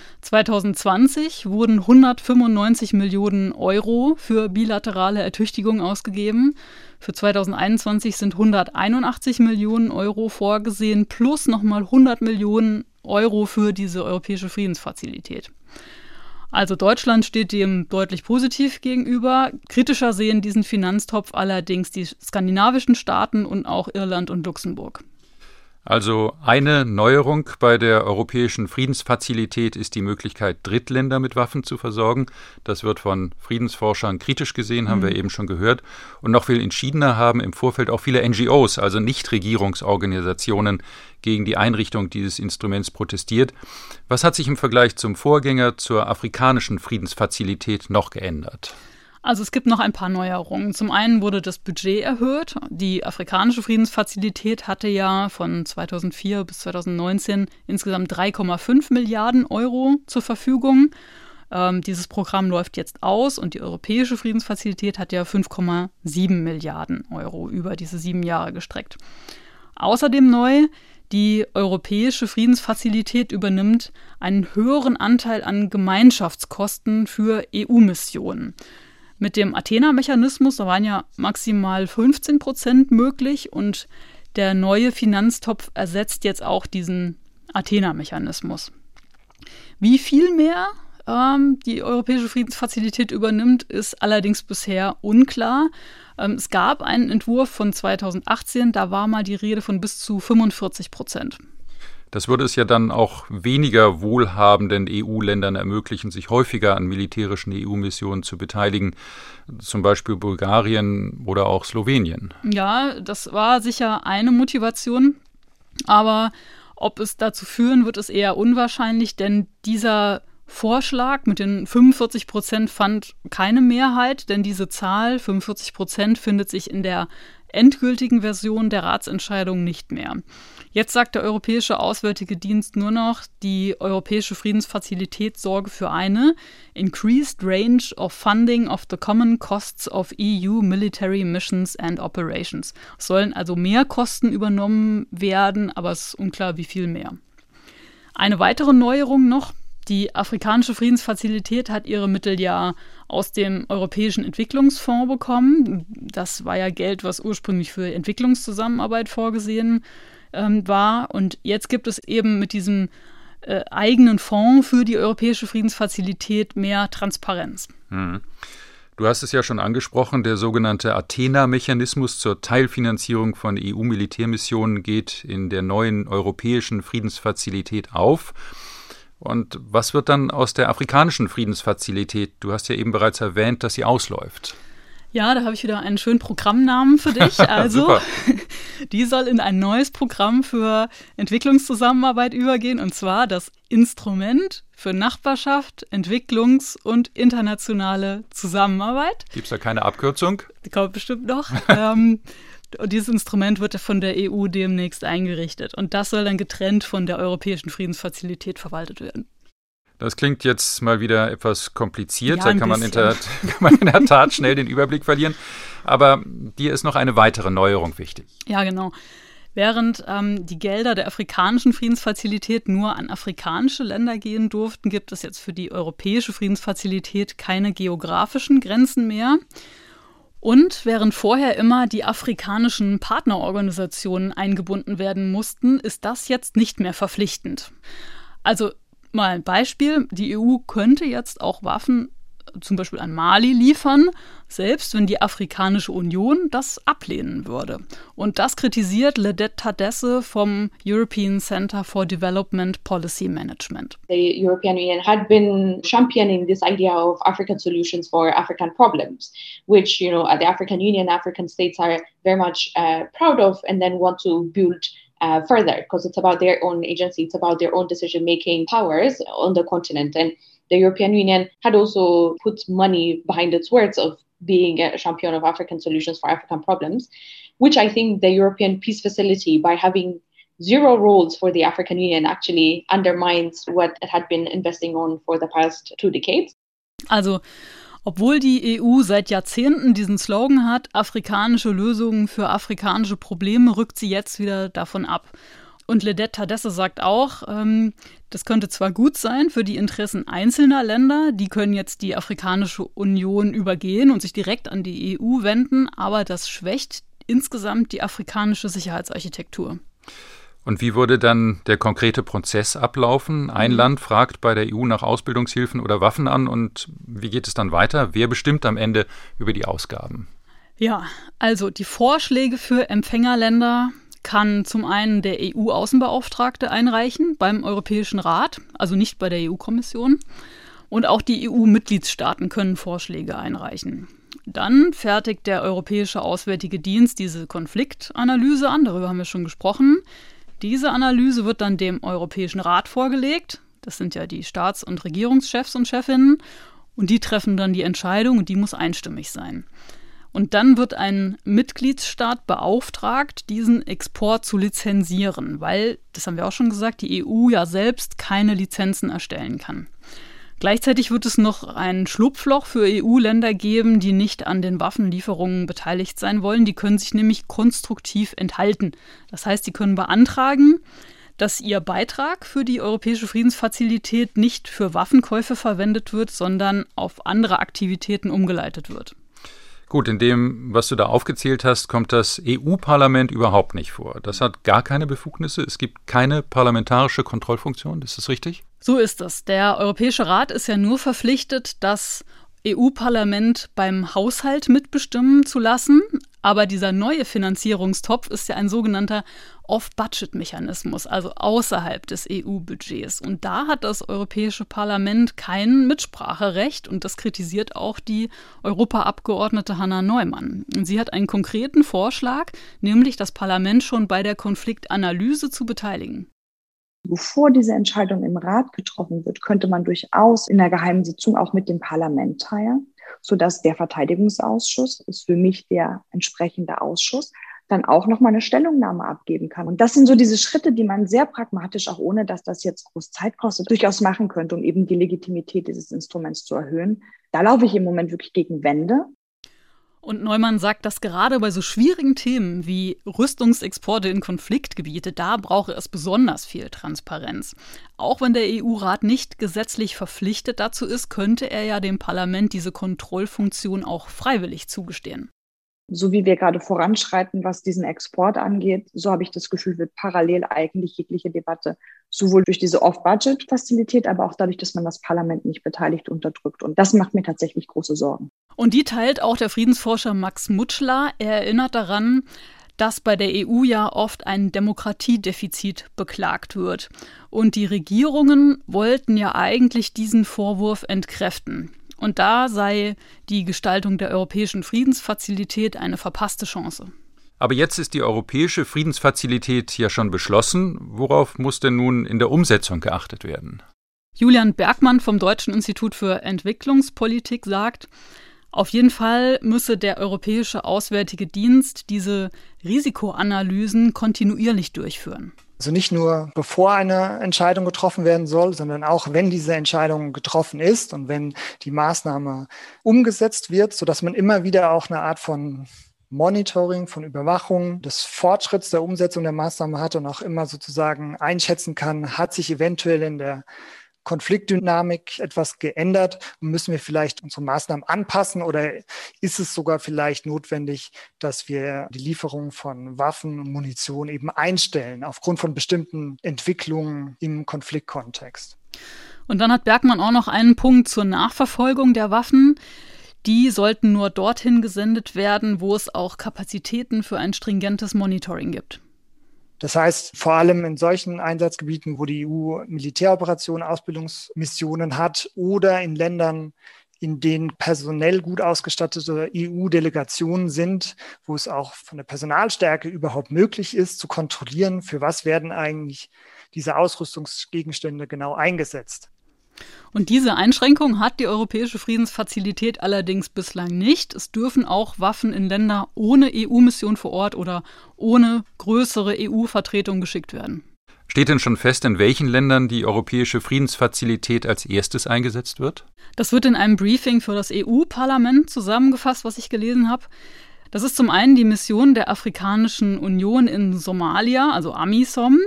2020 wurden 195 Millionen Euro für bilaterale Ertüchtigung ausgegeben. Für 2021 sind 181 Millionen Euro vorgesehen, plus nochmal 100 Millionen Euro für diese europäische Friedensfazilität. Also Deutschland steht dem deutlich positiv gegenüber. Kritischer sehen diesen Finanztopf allerdings die skandinavischen Staaten und auch Irland und Luxemburg. Also eine Neuerung bei der Europäischen Friedensfazilität ist die Möglichkeit, Drittländer mit Waffen zu versorgen. Das wird von Friedensforschern kritisch gesehen, haben wir eben schon gehört. Und noch viel entschiedener haben im Vorfeld auch viele NGOs, also Nichtregierungsorganisationen, gegen die Einrichtung dieses Instruments protestiert. Was hat sich im Vergleich zum Vorgänger zur afrikanischen Friedensfazilität noch geändert? Also es gibt noch ein paar Neuerungen. Zum einen wurde das Budget erhöht. Die afrikanische Friedensfazilität hatte ja von 2004 bis 2019 insgesamt 3,5 Milliarden Euro zur Verfügung. Dieses Programm läuft jetzt aus und die europäische Friedensfazilität hat ja 5,7 Milliarden Euro über diese 7 Jahre gestreckt. Außerdem neu: Die europäische Friedensfazilität übernimmt einen höheren Anteil an Gemeinschaftskosten für EU-Missionen. Mit dem Athena-Mechanismus, da waren ja maximal 15% möglich und der neue Finanztopf ersetzt jetzt auch diesen Athena-Mechanismus. Wie viel mehr die Europäische Friedensfazilität übernimmt, ist allerdings bisher unklar. Es gab einen Entwurf von 2018, da war mal die Rede von bis zu 45%. Das würde es ja dann auch weniger wohlhabenden EU-Ländern ermöglichen, sich häufiger an militärischen EU-Missionen zu beteiligen, zum Beispiel Bulgarien oder auch Slowenien. Ja, das war sicher eine Motivation, aber ob es dazu führen wird, ist eher unwahrscheinlich, denn dieser Vorschlag mit den 45% fand keine Mehrheit, denn diese Zahl, 45%, findet sich in der endgültigen Version der Ratsentscheidung nicht mehr. Jetzt sagt der Europäische Auswärtige Dienst nur noch, die Europäische Friedensfazilität sorge für eine increased range of funding of the common costs of EU military missions and operations. Es sollen also mehr Kosten übernommen werden, aber es ist unklar, wie viel mehr. Eine weitere Neuerung noch: Die afrikanische Friedensfazilität hat ihre Mittel ja aus dem Europäischen Entwicklungsfonds bekommen. Das war ja Geld, was ursprünglich für Entwicklungszusammenarbeit vorgesehen war. Und jetzt gibt es eben mit diesem eigenen Fonds für die Europäische Friedensfazilität mehr Transparenz. Du hast es ja schon angesprochen, der sogenannte Athena-Mechanismus zur Teilfinanzierung von EU-Militärmissionen geht in der neuen Europäischen Friedensfazilität auf. Und was wird dann aus der afrikanischen Friedensfazilität? Du hast ja eben bereits erwähnt, dass sie ausläuft. Ja, da habe ich wieder einen schönen Programmnamen für dich. Also, die soll in ein neues Programm für Entwicklungszusammenarbeit übergehen, und zwar das Instrument für Nachbarschaft, Entwicklungs- und internationale Zusammenarbeit. Gibt es da keine Abkürzung? Die kommt bestimmt noch. Und dieses Instrument wird von der EU demnächst eingerichtet. Und das soll dann getrennt von der Europäischen Friedensfazilität verwaltet werden. Das klingt jetzt mal wieder etwas kompliziert. Da kann man in der Tat schnell den Überblick verlieren. Aber dir ist noch eine weitere Neuerung wichtig. Ja, genau. Während die Gelder der afrikanischen Friedensfazilität nur an afrikanische Länder gehen durften, gibt es jetzt für die Europäische Friedensfazilität keine geografischen Grenzen mehr. Und während vorher immer die afrikanischen Partnerorganisationen eingebunden werden mussten, ist das jetzt nicht mehr verpflichtend. Also mal ein Beispiel, die EU könnte jetzt auch Waffen zum Beispiel an Mali liefern, selbst wenn die Afrikanische Union das ablehnen würde. Und das kritisiert Ledette Tadesse vom European Center for Development Policy Management. The European Union had been championing this idea of African solutions for African problems, which, the African Union, African states are very much proud of and then want to build further, because it's about their own agency, it's about their own decision-making powers on the continent. And the European Union had also put money behind its words of being a champion of African solutions for African problems, which I think the European Peace Facility, by having zero roles for the African Union, actually undermines what it had been investing on for the past 2 decades. Also, obwohl die EU seit Jahrzehnten diesen Slogan hat, afrikanische Lösungen für afrikanische Probleme, rückt sie jetzt wieder davon ab. Und Ledette Tadesse sagt auch, das könnte zwar gut sein für die Interessen einzelner Länder, die können jetzt die Afrikanische Union übergehen und sich direkt an die EU wenden, aber das schwächt insgesamt die afrikanische Sicherheitsarchitektur. Und wie würde dann der konkrete Prozess ablaufen? Ein Land fragt bei der EU nach Ausbildungshilfen oder Waffen an und wie geht es dann weiter? Wer bestimmt am Ende über die Ausgaben? Ja, also die Vorschläge für Empfängerländer kann zum einen der EU-Außenbeauftragte einreichen beim Europäischen Rat, also nicht bei der EU-Kommission. Und auch die EU-Mitgliedstaaten können Vorschläge einreichen. Dann fertigt der Europäische Auswärtige Dienst diese Konfliktanalyse an, darüber haben wir schon gesprochen. Diese Analyse wird dann dem Europäischen Rat vorgelegt. Das sind ja die Staats- und Regierungschefs und Chefinnen. Und die treffen dann die Entscheidung und die muss einstimmig sein. Und dann wird ein Mitgliedsstaat beauftragt, diesen Export zu lizenzieren, weil, das haben wir auch schon gesagt, die EU ja selbst keine Lizenzen erstellen kann. Gleichzeitig wird es noch ein Schlupfloch für EU-Länder geben, die nicht an den Waffenlieferungen beteiligt sein wollen. Die können sich nämlich konstruktiv enthalten. Das heißt, sie können beantragen, dass ihr Beitrag für die Europäische Friedensfazilität nicht für Waffenkäufe verwendet wird, sondern auf andere Aktivitäten umgeleitet wird. Gut, in dem, was du da aufgezählt hast, kommt das EU-Parlament überhaupt nicht vor. Das hat gar keine Befugnisse. Es gibt keine parlamentarische Kontrollfunktion. Ist das richtig? So ist es. Der Europäische Rat ist ja nur verpflichtet, das EU-Parlament beim Haushalt mitbestimmen zu lassen. Aber dieser neue Finanzierungstopf ist ja ein sogenannter Off-Budget-Mechanismus, also außerhalb des EU-Budgets. Und da hat das Europäische Parlament kein Mitspracherecht und das kritisiert auch die Europaabgeordnete Hanna Neumann. Und sie hat einen konkreten Vorschlag, nämlich das Parlament schon bei der Konfliktanalyse zu beteiligen. Bevor diese Entscheidung im Rat getroffen wird, könnte man durchaus in der geheimen Sitzung auch mit dem Parlament teilen, sodass der Verteidigungsausschuss, das ist für mich der entsprechende Ausschuss, dann auch nochmal eine Stellungnahme abgeben kann. Und das sind so diese Schritte, die man sehr pragmatisch, auch ohne dass das jetzt groß Zeit kostet, durchaus machen könnte, um eben die Legitimität dieses Instruments zu erhöhen. Da laufe ich im Moment wirklich gegen Wände. Und Neumann sagt, dass gerade bei so schwierigen Themen wie Rüstungsexporte in Konfliktgebiete, da brauche es besonders viel Transparenz. Auch wenn der EU-Rat nicht gesetzlich verpflichtet dazu ist, könnte er ja dem Parlament diese Kontrollfunktion auch freiwillig zugestehen. So wie wir gerade voranschreiten, was diesen Export angeht, so habe ich das Gefühl, wird parallel eigentlich jegliche Debatte sowohl durch diese Off-Budget-Fazilität, aber auch dadurch, dass man das Parlament nicht beteiligt, unterdrückt. Und das macht mir tatsächlich große Sorgen. Und die teilt auch der Friedensforscher Max Mutschler. Er erinnert daran, dass bei der EU ja oft ein Demokratiedefizit beklagt wird. Und die Regierungen wollten ja eigentlich diesen Vorwurf entkräften. Und da sei die Gestaltung der europäischen Friedensfazilität eine verpasste Chance. Aber jetzt ist die europäische Friedensfazilität ja schon beschlossen. Worauf muss denn nun in der Umsetzung geachtet werden? Julian Bergmann vom Deutschen Institut für Entwicklungspolitik sagt, auf jeden Fall müsse der Europäische Auswärtige Dienst diese Risikoanalysen kontinuierlich durchführen. Also nicht nur bevor eine Entscheidung getroffen werden soll, sondern auch wenn diese Entscheidung getroffen ist und wenn die Maßnahme umgesetzt wird, sodass man immer wieder auch eine Art von Monitoring, von Überwachung des Fortschritts der Umsetzung der Maßnahme hat und auch immer sozusagen einschätzen kann, hat sich eventuell in der Konfliktdynamik etwas geändert und müssen wir vielleicht unsere Maßnahmen anpassen oder ist es sogar vielleicht notwendig, dass wir die Lieferung von Waffen und Munition eben einstellen aufgrund von bestimmten Entwicklungen im Konfliktkontext. Und dann hat Bergmann auch noch einen Punkt zur Nachverfolgung der Waffen. Die sollten nur dorthin gesendet werden, wo es auch Kapazitäten für ein stringentes Monitoring gibt. Das heißt, vor allem in solchen Einsatzgebieten, wo die EU Militäroperationen, Ausbildungsmissionen hat oder in Ländern, in denen personell gut ausgestattete EU-Delegationen sind, wo es auch von der Personalstärke überhaupt möglich ist, zu kontrollieren, für was werden eigentlich diese Ausrüstungsgegenstände genau eingesetzt. Und diese Einschränkung hat die Europäische Friedensfazilität allerdings bislang nicht. Es dürfen auch Waffen in Länder ohne EU-Mission vor Ort oder ohne größere EU-Vertretung geschickt werden. Steht denn schon fest, in welchen Ländern die Europäische Friedensfazilität als erstes eingesetzt wird? Das wird in einem Briefing für das EU-Parlament zusammengefasst, was ich gelesen habe. Das ist zum einen die Mission der Afrikanischen Union in Somalia, also AMISOM.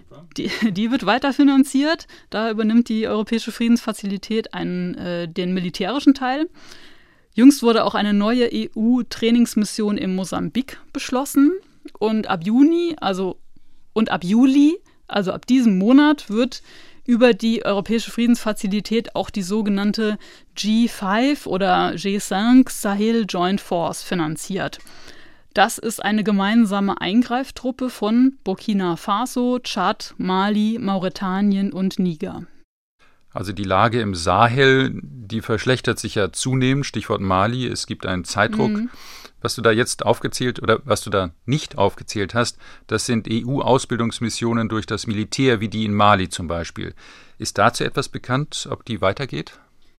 Die wird weiterfinanziert. Da übernimmt die Europäische Friedensfazilität den militärischen Teil. Jüngst wurde auch eine neue EU-Trainingsmission in Mosambik beschlossen. Und ab Juli, also ab diesem Monat, wird über die Europäische Friedensfazilität auch die sogenannte G5 oder G5 Sahel Joint Force finanziert. Das ist eine gemeinsame Eingreiftruppe von Burkina Faso, Tschad, Mali, Mauretanien und Niger. Also die Lage im Sahel, die verschlechtert sich ja zunehmend, Stichwort Mali, es gibt einen Zeitdruck. Was du da jetzt aufgezählt oder was du da nicht aufgezählt hast, das sind EU-Ausbildungsmissionen durch das Militär, wie die in Mali zum Beispiel. Ist dazu etwas bekannt, ob die weitergeht?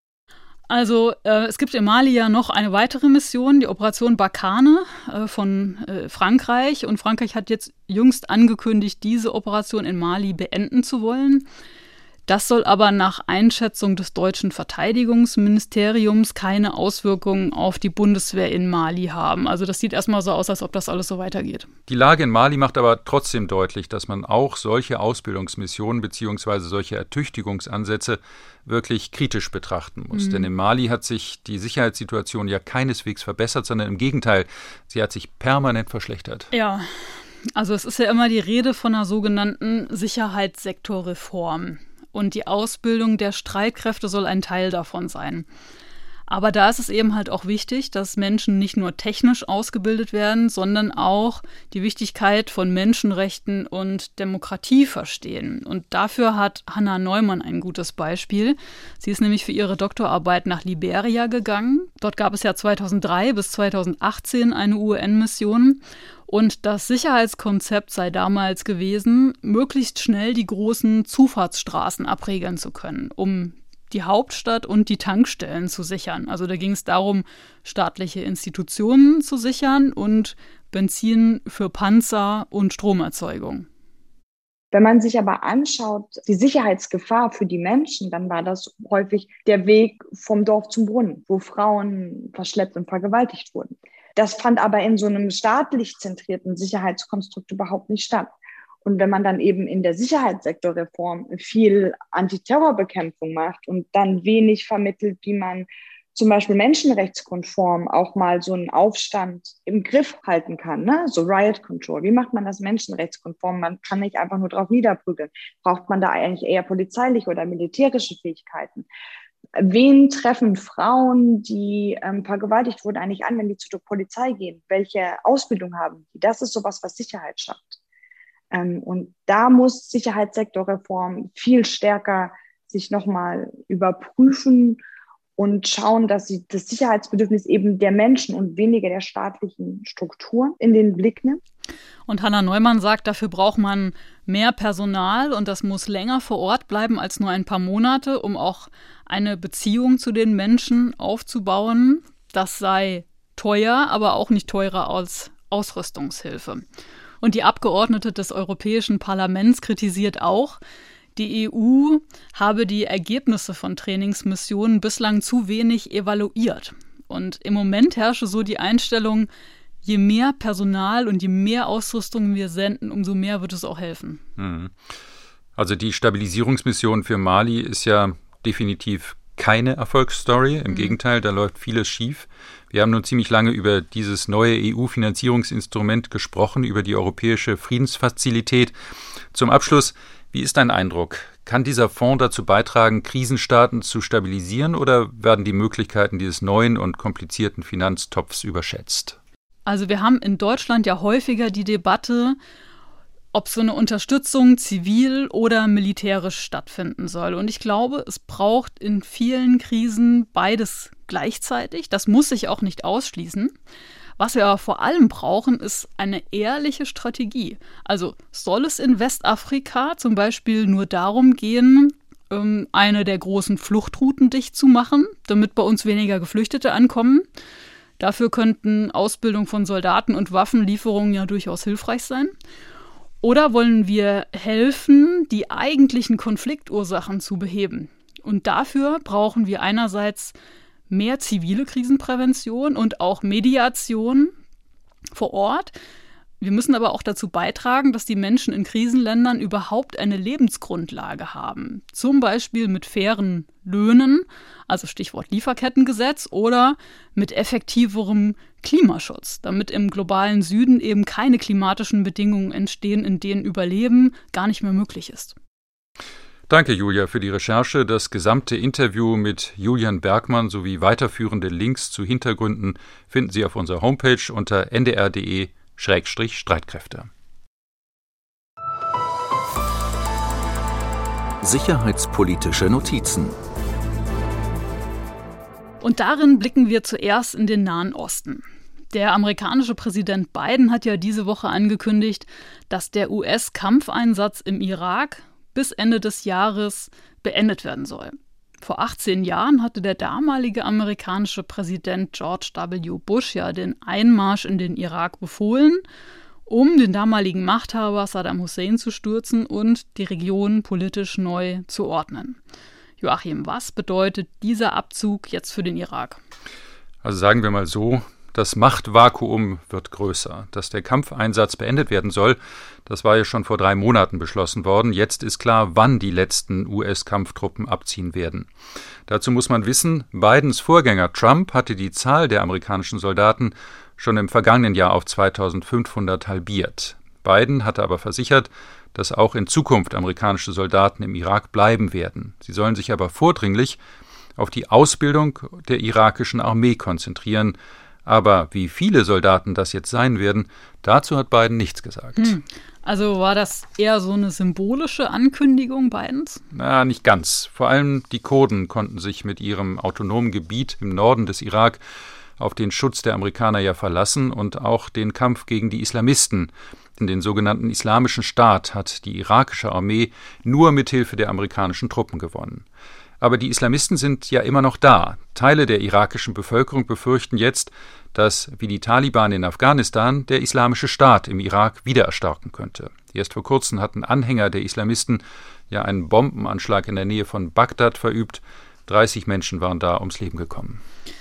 Also es gibt in Mali ja noch eine weitere Mission, die Operation Barkhane von Frankreich. Und Frankreich hat jetzt jüngst angekündigt, diese Operation in Mali beenden zu wollen. Das soll aber nach Einschätzung des deutschen Verteidigungsministeriums keine Auswirkungen auf die Bundeswehr in Mali haben. Also das sieht erstmal so aus, als ob das alles so weitergeht. Die Lage in Mali macht aber trotzdem deutlich, dass man auch solche Ausbildungsmissionen bzw. solche Ertüchtigungsansätze wirklich kritisch betrachten muss. Denn in Mali hat sich die Sicherheitssituation ja keineswegs verbessert, sondern im Gegenteil, sie hat sich permanent verschlechtert. Ja, also es ist ja immer die Rede von einer sogenannten Sicherheitssektorreform. Und die Ausbildung der Streitkräfte soll ein Teil davon sein. Aber da ist es eben halt auch wichtig, dass Menschen nicht nur technisch ausgebildet werden, sondern auch die Wichtigkeit von Menschenrechten und Demokratie verstehen. Und dafür hat Hanna Neumann ein gutes Beispiel. Sie ist nämlich für ihre Doktorarbeit nach Liberia gegangen. Dort gab es ja 2003 bis 2018 eine UN-Mission. Und das Sicherheitskonzept sei damals gewesen, möglichst schnell die großen Zufahrtsstraßen abregeln zu können, um die Hauptstadt und die Tankstellen zu sichern. Also da ging es darum, staatliche Institutionen zu sichern und Benzin für Panzer und Stromerzeugung. Wenn man sich aber anschaut, die Sicherheitsgefahr für die Menschen, dann war das häufig der Weg vom Dorf zum Brunnen, wo Frauen verschleppt und vergewaltigt wurden. Das fand aber in so einem staatlich zentrierten Sicherheitskonstrukt überhaupt nicht statt. Und wenn man dann eben in der Sicherheitssektorreform viel Antiterrorbekämpfung macht und dann wenig vermittelt, wie man zum Beispiel menschenrechtskonform auch mal so einen Aufstand im Griff halten kann, ne? So Riot Control. Wie macht man das menschenrechtskonform? Man kann nicht einfach nur drauf niederprügeln. Braucht man da eigentlich eher polizeiliche oder militärische Fähigkeiten? Wen treffen Frauen, die vergewaltigt wurden, eigentlich an, wenn die zur Polizei gehen? Welche Ausbildung haben die? Das ist sowas, was Sicherheit schafft. Und da muss Sicherheitssektorreform viel stärker sich nochmal überprüfen und schauen, dass sie das Sicherheitsbedürfnis eben der Menschen und weniger der staatlichen Strukturen in den Blick nimmt. Und Hanna Neumann sagt, dafür braucht man mehr Personal und das muss länger vor Ort bleiben als nur ein paar Monate, um auch eine Beziehung zu den Menschen aufzubauen. Das sei teuer, aber auch nicht teurer als Ausrüstungshilfe. Und die Abgeordnete des Europäischen Parlaments kritisiert auch, die EU habe die Ergebnisse von Trainingsmissionen bislang zu wenig evaluiert. Und im Moment herrsche so die Einstellung, je mehr Personal und je mehr Ausrüstung wir senden, umso mehr wird es auch helfen. Also die Stabilisierungsmission für Mali ist ja definitiv keine Erfolgsstory. Im Gegenteil, da läuft vieles schief. Wir haben nun ziemlich lange über dieses neue EU-Finanzierungsinstrument gesprochen, über die Europäische Friedensfazilität. Zum Abschluss, wie ist dein Eindruck? Kann dieser Fonds dazu beitragen, Krisenstaaten zu stabilisieren, oder werden die Möglichkeiten dieses neuen und komplizierten Finanztopfs überschätzt? Also wir haben in Deutschland ja häufiger die Debatte, ob so eine Unterstützung zivil oder militärisch stattfinden soll. Und ich glaube, es braucht in vielen Krisen beides gleichzeitig. Das muss sich auch nicht ausschließen. Was wir aber vor allem brauchen, ist eine ehrliche Strategie. Also soll es in Westafrika zum Beispiel nur darum gehen, eine der großen Fluchtrouten dicht zu machen, damit bei uns weniger Geflüchtete ankommen? Dafür könnten Ausbildung von Soldaten und Waffenlieferungen ja durchaus hilfreich sein. Oder wollen wir helfen, die eigentlichen Konfliktursachen zu beheben? Und dafür brauchen wir einerseits mehr zivile Krisenprävention und auch Mediation vor Ort. Wir müssen aber auch dazu beitragen, dass die Menschen in Krisenländern überhaupt eine Lebensgrundlage haben. Zum Beispiel mit fairen Löhnen, also Stichwort Lieferkettengesetz, oder mit effektiverem Klimaschutz, damit im globalen Süden eben keine klimatischen Bedingungen entstehen, in denen Überleben gar nicht mehr möglich ist. Danke, Julia, für die Recherche. Das gesamte Interview mit Julian Bergmann sowie weiterführende Links zu Hintergründen finden Sie auf unserer Homepage unter ndr.de/Streitkräfte. Sicherheitspolitische Notizen. Und darin blicken wir zuerst in den Nahen Osten. Der amerikanische Präsident Biden hat ja diese Woche angekündigt, dass der US-Kampfeinsatz im Irak bis Ende des Jahres beendet werden soll. Vor 18 Jahren hatte der damalige amerikanische Präsident George W. Bush ja den Einmarsch in den Irak befohlen, um den damaligen Machthaber Saddam Hussein zu stürzen und die Region politisch neu zu ordnen. Joachim, was bedeutet dieser Abzug jetzt für den Irak? Also sagen wir mal so, das Machtvakuum wird größer. Dass der Kampfeinsatz beendet werden soll, das war ja schon vor 3 Monaten beschlossen worden. Jetzt ist klar, wann die letzten US-Kampftruppen abziehen werden. Dazu muss man wissen, Bidens Vorgänger Trump hatte die Zahl der amerikanischen Soldaten schon im vergangenen Jahr auf 2.500 halbiert. Biden hatte aber versichert, dass auch in Zukunft amerikanische Soldaten im Irak bleiben werden. Sie sollen sich aber vordringlich auf die Ausbildung der irakischen Armee konzentrieren. Aber wie viele Soldaten das jetzt sein werden, dazu hat Biden nichts gesagt. Also war das eher so eine symbolische Ankündigung Bidens? Na, nicht ganz. Vor allem die Kurden konnten sich mit ihrem autonomen Gebiet im Norden des Irak auf den Schutz der Amerikaner ja verlassen und auch den Kampf gegen die Islamisten. In den sogenannten Islamischen Staat hat die irakische Armee nur mit Hilfe der amerikanischen Truppen gewonnen. Aber die Islamisten sind ja immer noch da. Teile der irakischen Bevölkerung befürchten jetzt, dass, wie die Taliban in Afghanistan, der Islamische Staat im Irak wieder erstarken könnte. Erst vor kurzem hatten Anhänger der Islamisten ja einen Bombenanschlag in der Nähe von Bagdad verübt. 30 Menschen waren da ums Leben gekommen.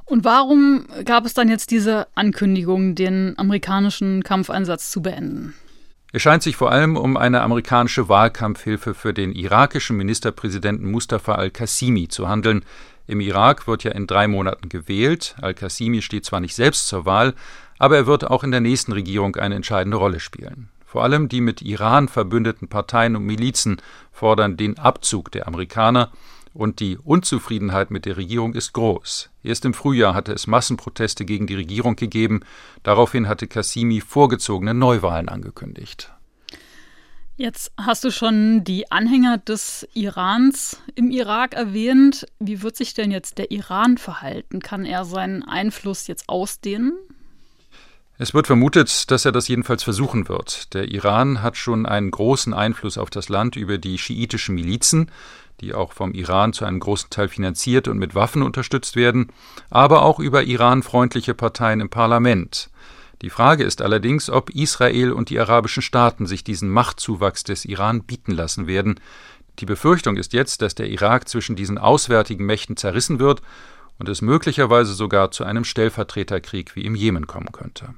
Und warum gab es dann jetzt diese Ankündigung, den amerikanischen Kampfeinsatz zu beenden? Es scheint sich vor allem um eine amerikanische Wahlkampfhilfe für den irakischen Ministerpräsidenten Mustafa al-Qasimi zu handeln. Im Irak wird ja in 3 Monaten gewählt. Al-Qasimi steht zwar nicht selbst zur Wahl, aber er wird auch in der nächsten Regierung eine entscheidende Rolle spielen. Vor allem die mit Iran verbündeten Parteien und Milizen fordern den Abzug der Amerikaner. Und die Unzufriedenheit mit der Regierung ist groß. Erst im Frühjahr hatte es Massenproteste gegen die Regierung gegeben. Daraufhin hatte Qasimi vorgezogene Neuwahlen angekündigt. Jetzt hast du schon die Anhänger des Irans im Irak erwähnt. Wie wird sich denn jetzt der Iran verhalten? Kann er seinen Einfluss jetzt ausdehnen? Es wird vermutet, dass er das jedenfalls versuchen wird. Der Iran hat schon einen großen Einfluss auf das Land über die schiitischen Milizen, die auch vom Iran zu einem großen Teil finanziert und mit Waffen unterstützt werden, aber auch über iranfreundliche Parteien im Parlament. Die Frage ist allerdings, ob Israel und die arabischen Staaten sich diesen Machtzuwachs des Iran bieten lassen werden. Die Befürchtung ist jetzt, dass der Irak zwischen diesen auswärtigen Mächten zerrissen wird und es möglicherweise sogar zu einem Stellvertreterkrieg wie im Jemen kommen könnte.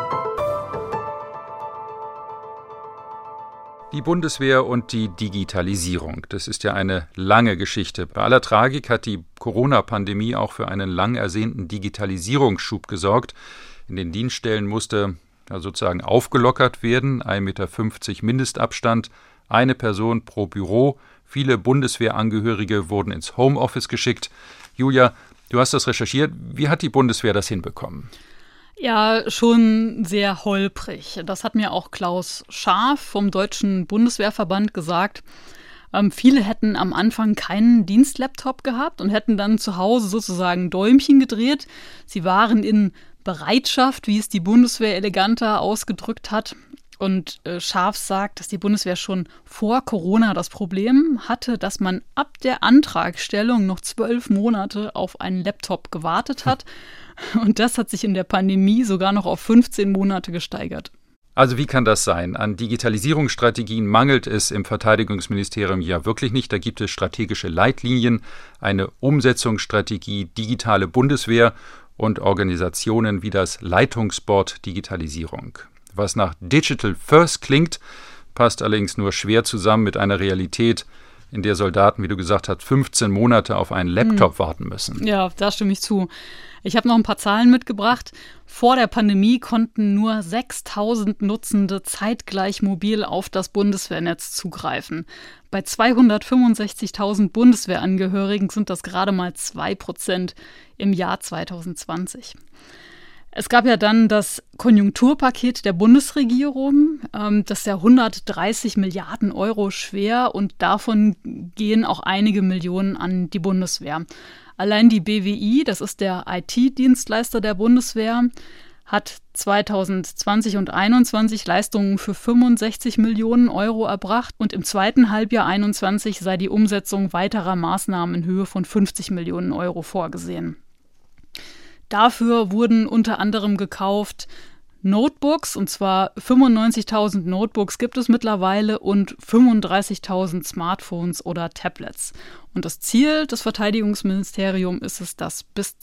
Die Bundeswehr und die Digitalisierung, das ist ja eine lange Geschichte. Bei aller Tragik hat die Corona-Pandemie auch für einen lang ersehnten Digitalisierungsschub gesorgt. In den Dienststellen musste sozusagen aufgelockert werden, 1,50 Meter Mindestabstand, eine Person pro Büro. Viele Bundeswehrangehörige wurden ins Homeoffice geschickt. Julia, du hast das recherchiert. Wie hat die Bundeswehr das hinbekommen? Ja, schon sehr holprig. Das hat mir auch Klaus Scharf vom Deutschen Bundeswehrverband gesagt. Viele hätten am Anfang keinen Dienstlaptop gehabt und hätten dann zu Hause sozusagen Däumchen gedreht. Sie waren in Bereitschaft, wie es die Bundeswehr eleganter ausgedrückt hat. Und Scharf sagt, dass die Bundeswehr schon vor Corona das Problem hatte, dass man ab der Antragstellung noch 12 Monate auf einen Laptop gewartet hat. Und das hat sich in der Pandemie sogar noch auf 15 Monate gesteigert. Also wie kann das sein? An Digitalisierungsstrategien mangelt es im Verteidigungsministerium ja wirklich nicht. Da gibt es strategische Leitlinien, eine Umsetzungsstrategie, digitale Bundeswehr und Organisationen wie das Leitungsboard Digitalisierung. Was nach Digital First klingt, passt allerdings nur schwer zusammen mit einer Realität, in der Soldaten, wie du gesagt hast, 15 Monate auf einen Laptop warten müssen. Ja, da stimme ich zu. Ich habe noch ein paar Zahlen mitgebracht. Vor der Pandemie konnten nur 6.000 Nutzende zeitgleich mobil auf das Bundeswehrnetz zugreifen. Bei 265.000 Bundeswehrangehörigen sind das gerade mal 2% im Jahr 2020. Es gab ja dann das Konjunkturpaket der Bundesregierung, das ist ja 130 Milliarden Euro schwer und davon gehen auch einige Millionen an die Bundeswehr. Allein die BWI, das ist der IT-Dienstleister der Bundeswehr, hat 2020 und 2021 Leistungen für 65 Millionen Euro erbracht und im zweiten Halbjahr 2021 sei die Umsetzung weiterer Maßnahmen in Höhe von 50 Millionen Euro vorgesehen. Dafür wurden unter anderem gekauft Notebooks, und zwar 95.000 Notebooks gibt es mittlerweile und 35.000 Smartphones oder Tablets. Und das Ziel des Verteidigungsministeriums ist es, dass bis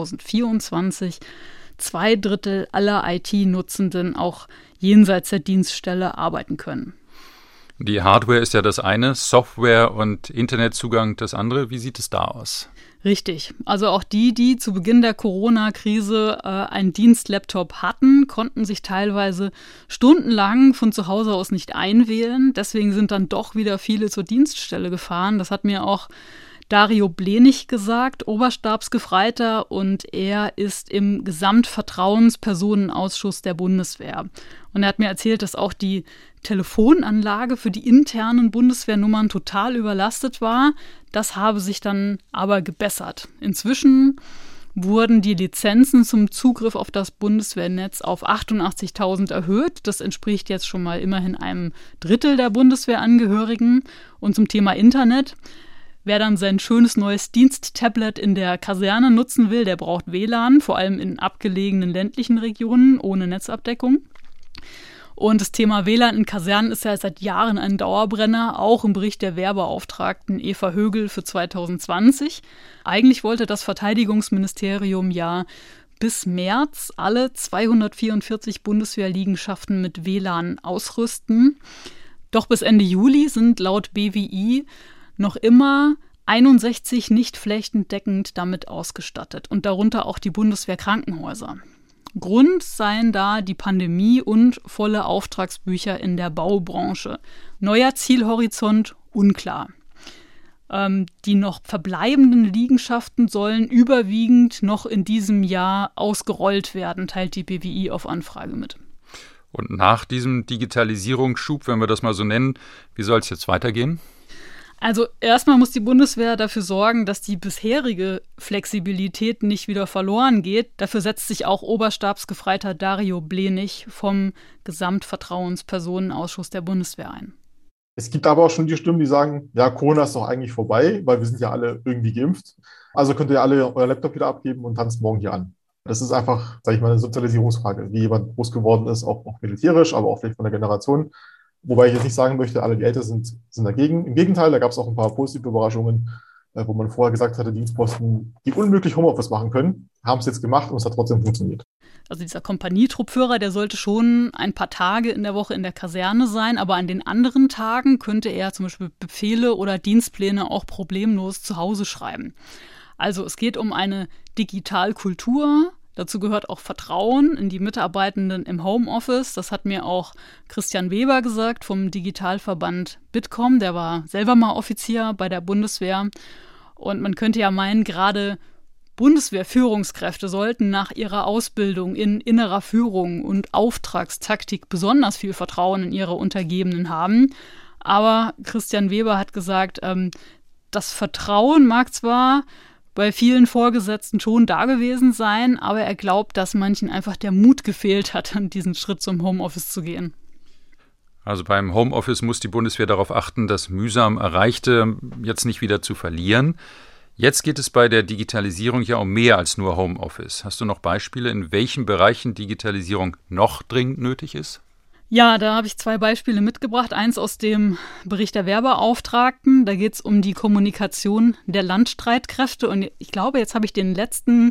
2024 2/3 aller IT-Nutzenden auch jenseits der Dienststelle arbeiten können. Die Hardware ist ja das eine, Software und Internetzugang das andere. Wie sieht es da aus? Richtig. Also auch die zu Beginn der Corona-Krise einen Dienstlaptop hatten, konnten sich teilweise stundenlang von zu Hause aus nicht einwählen. Deswegen sind dann doch wieder viele zur Dienststelle gefahren. Das hat mir auch Dario Blenig gesagt, Oberstabsgefreiter, und er ist im Gesamtvertrauenspersonenausschuss der Bundeswehr. Und er hat mir erzählt, dass auch die Telefonanlage für die internen Bundeswehrnummern total überlastet war. Das habe sich dann aber gebessert. Inzwischen wurden die Lizenzen zum Zugriff auf das Bundeswehrnetz auf 88.000 erhöht. Das entspricht jetzt schon mal immerhin 1/3 der Bundeswehrangehörigen. Und zum Thema Internet: Wer dann sein schönes neues Diensttablet in der Kaserne nutzen will, der braucht WLAN, vor allem in abgelegenen ländlichen Regionen ohne Netzabdeckung. Und das Thema WLAN in Kasernen ist ja seit Jahren ein Dauerbrenner, auch im Bericht der Wehrbeauftragten Eva Högel für 2020. Eigentlich wollte das Verteidigungsministerium ja bis März alle 244 Bundeswehrliegenschaften mit WLAN ausrüsten. Doch bis Ende Juli sind laut BWI noch immer 61 nicht flächendeckend damit ausgestattet und darunter auch die Bundeswehrkrankenhäuser. Grund seien da die Pandemie und volle Auftragsbücher in der Baubranche. Neuer Zielhorizont unklar. Die noch verbleibenden Liegenschaften sollen überwiegend noch in diesem Jahr ausgerollt werden, teilt die BWI auf Anfrage mit. Und nach diesem Digitalisierungsschub, wenn wir das mal so nennen, wie soll es jetzt weitergehen? Also erstmal muss die Bundeswehr dafür sorgen, dass die bisherige Flexibilität nicht wieder verloren geht. Dafür setzt sich auch Oberstabsgefreiter Dario Blenig vom Gesamtvertrauenspersonenausschuss der Bundeswehr ein. Es gibt aber auch schon die Stimmen, die sagen, ja, Corona ist doch eigentlich vorbei, weil wir sind ja alle irgendwie geimpft. Also könnt ihr alle euer Laptop wieder abgeben und tanzt morgen hier an. Das ist einfach, sage ich mal, eine Sozialisierungsfrage, wie jemand groß geworden ist, auch militärisch, aber auch vielleicht von der Generation. Wobei ich jetzt nicht sagen möchte, alle, die älter sind dagegen. Im Gegenteil, da gab es auch ein paar positive Überraschungen, wo man vorher gesagt hatte, Dienstposten, die unmöglich Homeoffice machen können, haben es jetzt gemacht und es hat trotzdem funktioniert. Also dieser Kompanietruppführer, der sollte schon ein paar Tage in der Woche in der Kaserne sein, aber an den anderen Tagen könnte er zum Beispiel Befehle oder Dienstpläne auch problemlos zu Hause schreiben. Also es geht um eine Digitalkultur. Dazu gehört auch Vertrauen in die Mitarbeitenden im Homeoffice. Das hat mir auch Christian Weber gesagt vom Digitalverband Bitkom. Der war selber mal Offizier bei der Bundeswehr. Und man könnte ja meinen, gerade Bundeswehrführungskräfte sollten nach ihrer Ausbildung in innerer Führung und Auftragstaktik besonders viel Vertrauen in ihre Untergebenen haben. Aber Christian Weber hat gesagt, das Vertrauen mag zwar bei vielen Vorgesetzten schon da gewesen sein, aber er glaubt, dass manchen einfach der Mut gefehlt hat, an diesen Schritt zum Homeoffice zu gehen. Also beim Homeoffice muss die Bundeswehr darauf achten, das mühsam Erreichte jetzt nicht wieder zu verlieren. Jetzt geht es bei der Digitalisierung ja um mehr als nur Homeoffice. Hast du noch Beispiele, in welchen Bereichen Digitalisierung noch dringend nötig ist? Ja, da habe ich 2 Beispiele mitgebracht. Eins aus dem Bericht der Wehrbeauftragten. Da geht es um die Kommunikation der Landstreitkräfte. Und ich glaube, jetzt habe ich den letzten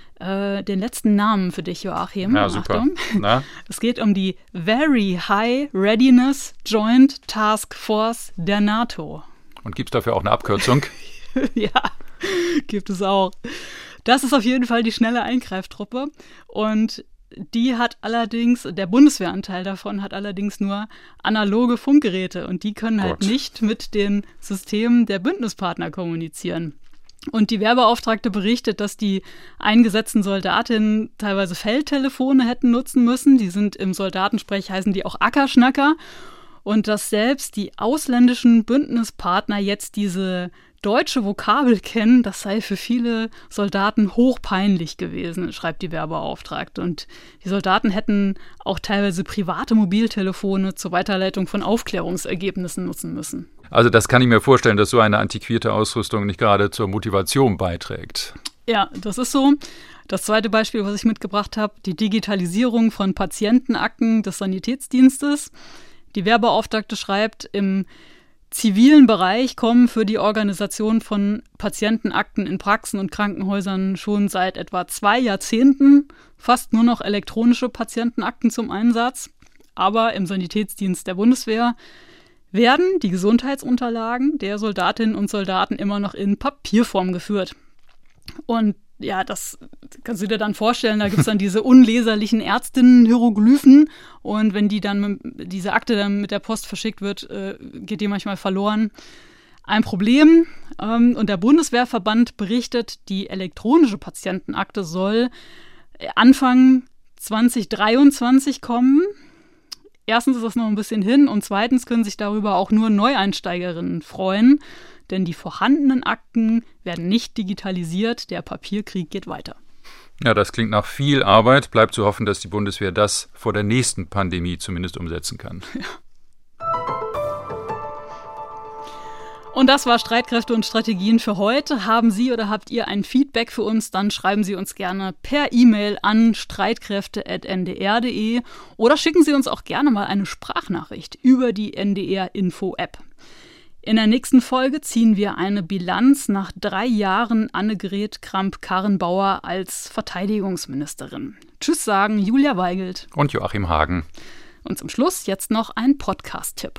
Namen für dich, Joachim. Ja, super. Achtung. Na? Es geht um die Very High Readiness Joint Task Force der NATO. Und gibt es dafür auch eine Abkürzung? Ja, gibt es auch. Das ist auf jeden Fall die schnelle Eingreiftruppe. Und die hat allerdings, der Bundeswehranteil davon hat allerdings nur analoge Funkgeräte und die können halt nicht mit den Systemen der Bündnispartner kommunizieren. Und die Wehrbeauftragte berichtet, dass die eingesetzten Soldatinnen teilweise Feldtelefone hätten nutzen müssen. Die sind im Soldatensprech, heißen die auch Ackerschnacker. Und dass selbst die ausländischen Bündnispartner jetzt diese deutsche Vokabel kennen, das sei für viele Soldaten hochpeinlich gewesen, schreibt die Wehrbeauftragte. Und die Soldaten hätten auch teilweise private Mobiltelefone zur Weiterleitung von Aufklärungsergebnissen nutzen müssen. Also das kann ich mir vorstellen, dass so eine antiquierte Ausrüstung nicht gerade zur Motivation beiträgt. Ja, das ist so. Das zweite Beispiel, was ich mitgebracht habe, die Digitalisierung von Patientenakten des Sanitätsdienstes. Die Wehrbeauftragte schreibt, im zivilen Bereich kommen für die Organisation von Patientenakten in Praxen und Krankenhäusern schon seit etwa 2 Jahrzehnten fast nur noch elektronische Patientenakten zum Einsatz. Aber im Sanitätsdienst der Bundeswehr werden die Gesundheitsunterlagen der Soldatinnen und Soldaten immer noch in Papierform geführt. Und ja, das kannst du dir dann vorstellen, da gibt es dann diese unleserlichen Ärztinnen-Hieroglyphen und wenn diese Akte dann mit der Post verschickt wird, geht die manchmal verloren. Ein Problem, und der Bundeswehrverband berichtet, die elektronische Patientenakte soll Anfang 2023 kommen. Erstens ist das noch ein bisschen hin und zweitens können sich darüber auch nur Neueinsteigerinnen freuen. Denn die vorhandenen Akten werden nicht digitalisiert. Der Papierkrieg geht weiter. Ja, das klingt nach viel Arbeit. Bleibt zu hoffen, dass die Bundeswehr das vor der nächsten Pandemie zumindest umsetzen kann. Ja. Und das war Streitkräfte und Strategien für heute. Haben Sie oder habt ihr ein Feedback für uns, dann schreiben Sie uns gerne per E-Mail an streitkräfte@ndr.de oder schicken Sie uns auch gerne mal eine Sprachnachricht über die NDR-Info-App. In der nächsten Folge ziehen wir eine Bilanz nach 3 Jahren Annegret Kramp-Karrenbauer als Verteidigungsministerin. Tschüss sagen Julia Weigelt und Joachim Hagen. Und zum Schluss jetzt noch ein Podcast-Tipp.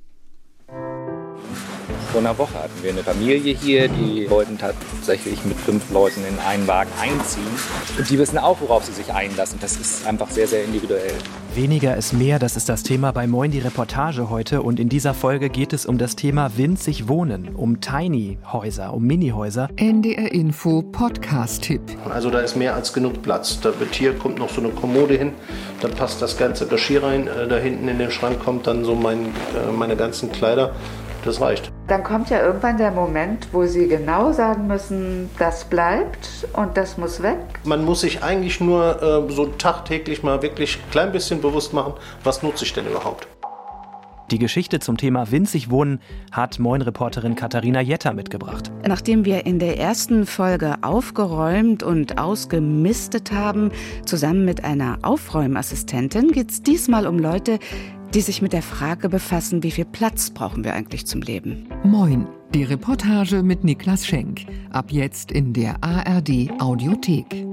Vor einer Woche hatten wir eine Familie hier, die wollten tatsächlich mit 5 Leuten in einen Wagen einziehen. Und die wissen auch, worauf sie sich einlassen. Das ist einfach sehr, sehr individuell. Weniger ist mehr, das ist das Thema bei Moin die Reportage heute. Und in dieser Folge geht es um das Thema winzig Wohnen, um Tiny-Häuser, um Mini-Häuser. NDR Info Podcast-Tipp. Also da ist mehr als genug Platz. Hier kommt noch so eine Kommode hin, da passt das ganze Geschirr rein. Da hinten in den Schrank kommt dann so meine ganzen Kleider. Das reicht. Dann kommt ja irgendwann der Moment, wo Sie genau sagen müssen, das bleibt und das muss weg. Man muss sich eigentlich nur so tagtäglich mal wirklich ein klein bisschen bewusst machen, was nutze ich denn überhaupt. Die Geschichte zum Thema winzig Wohnen hat Moin-Reporterin Katharina Jetter mitgebracht. Nachdem wir in der ersten Folge aufgeräumt und ausgemistet haben, zusammen mit einer Aufräumassistentin, geht es diesmal um Leute, die sich mit der Frage befassen, wie viel Platz brauchen wir eigentlich zum Leben. Moin, die Reportage mit Niklas Schenk. Ab jetzt in der ARD Audiothek.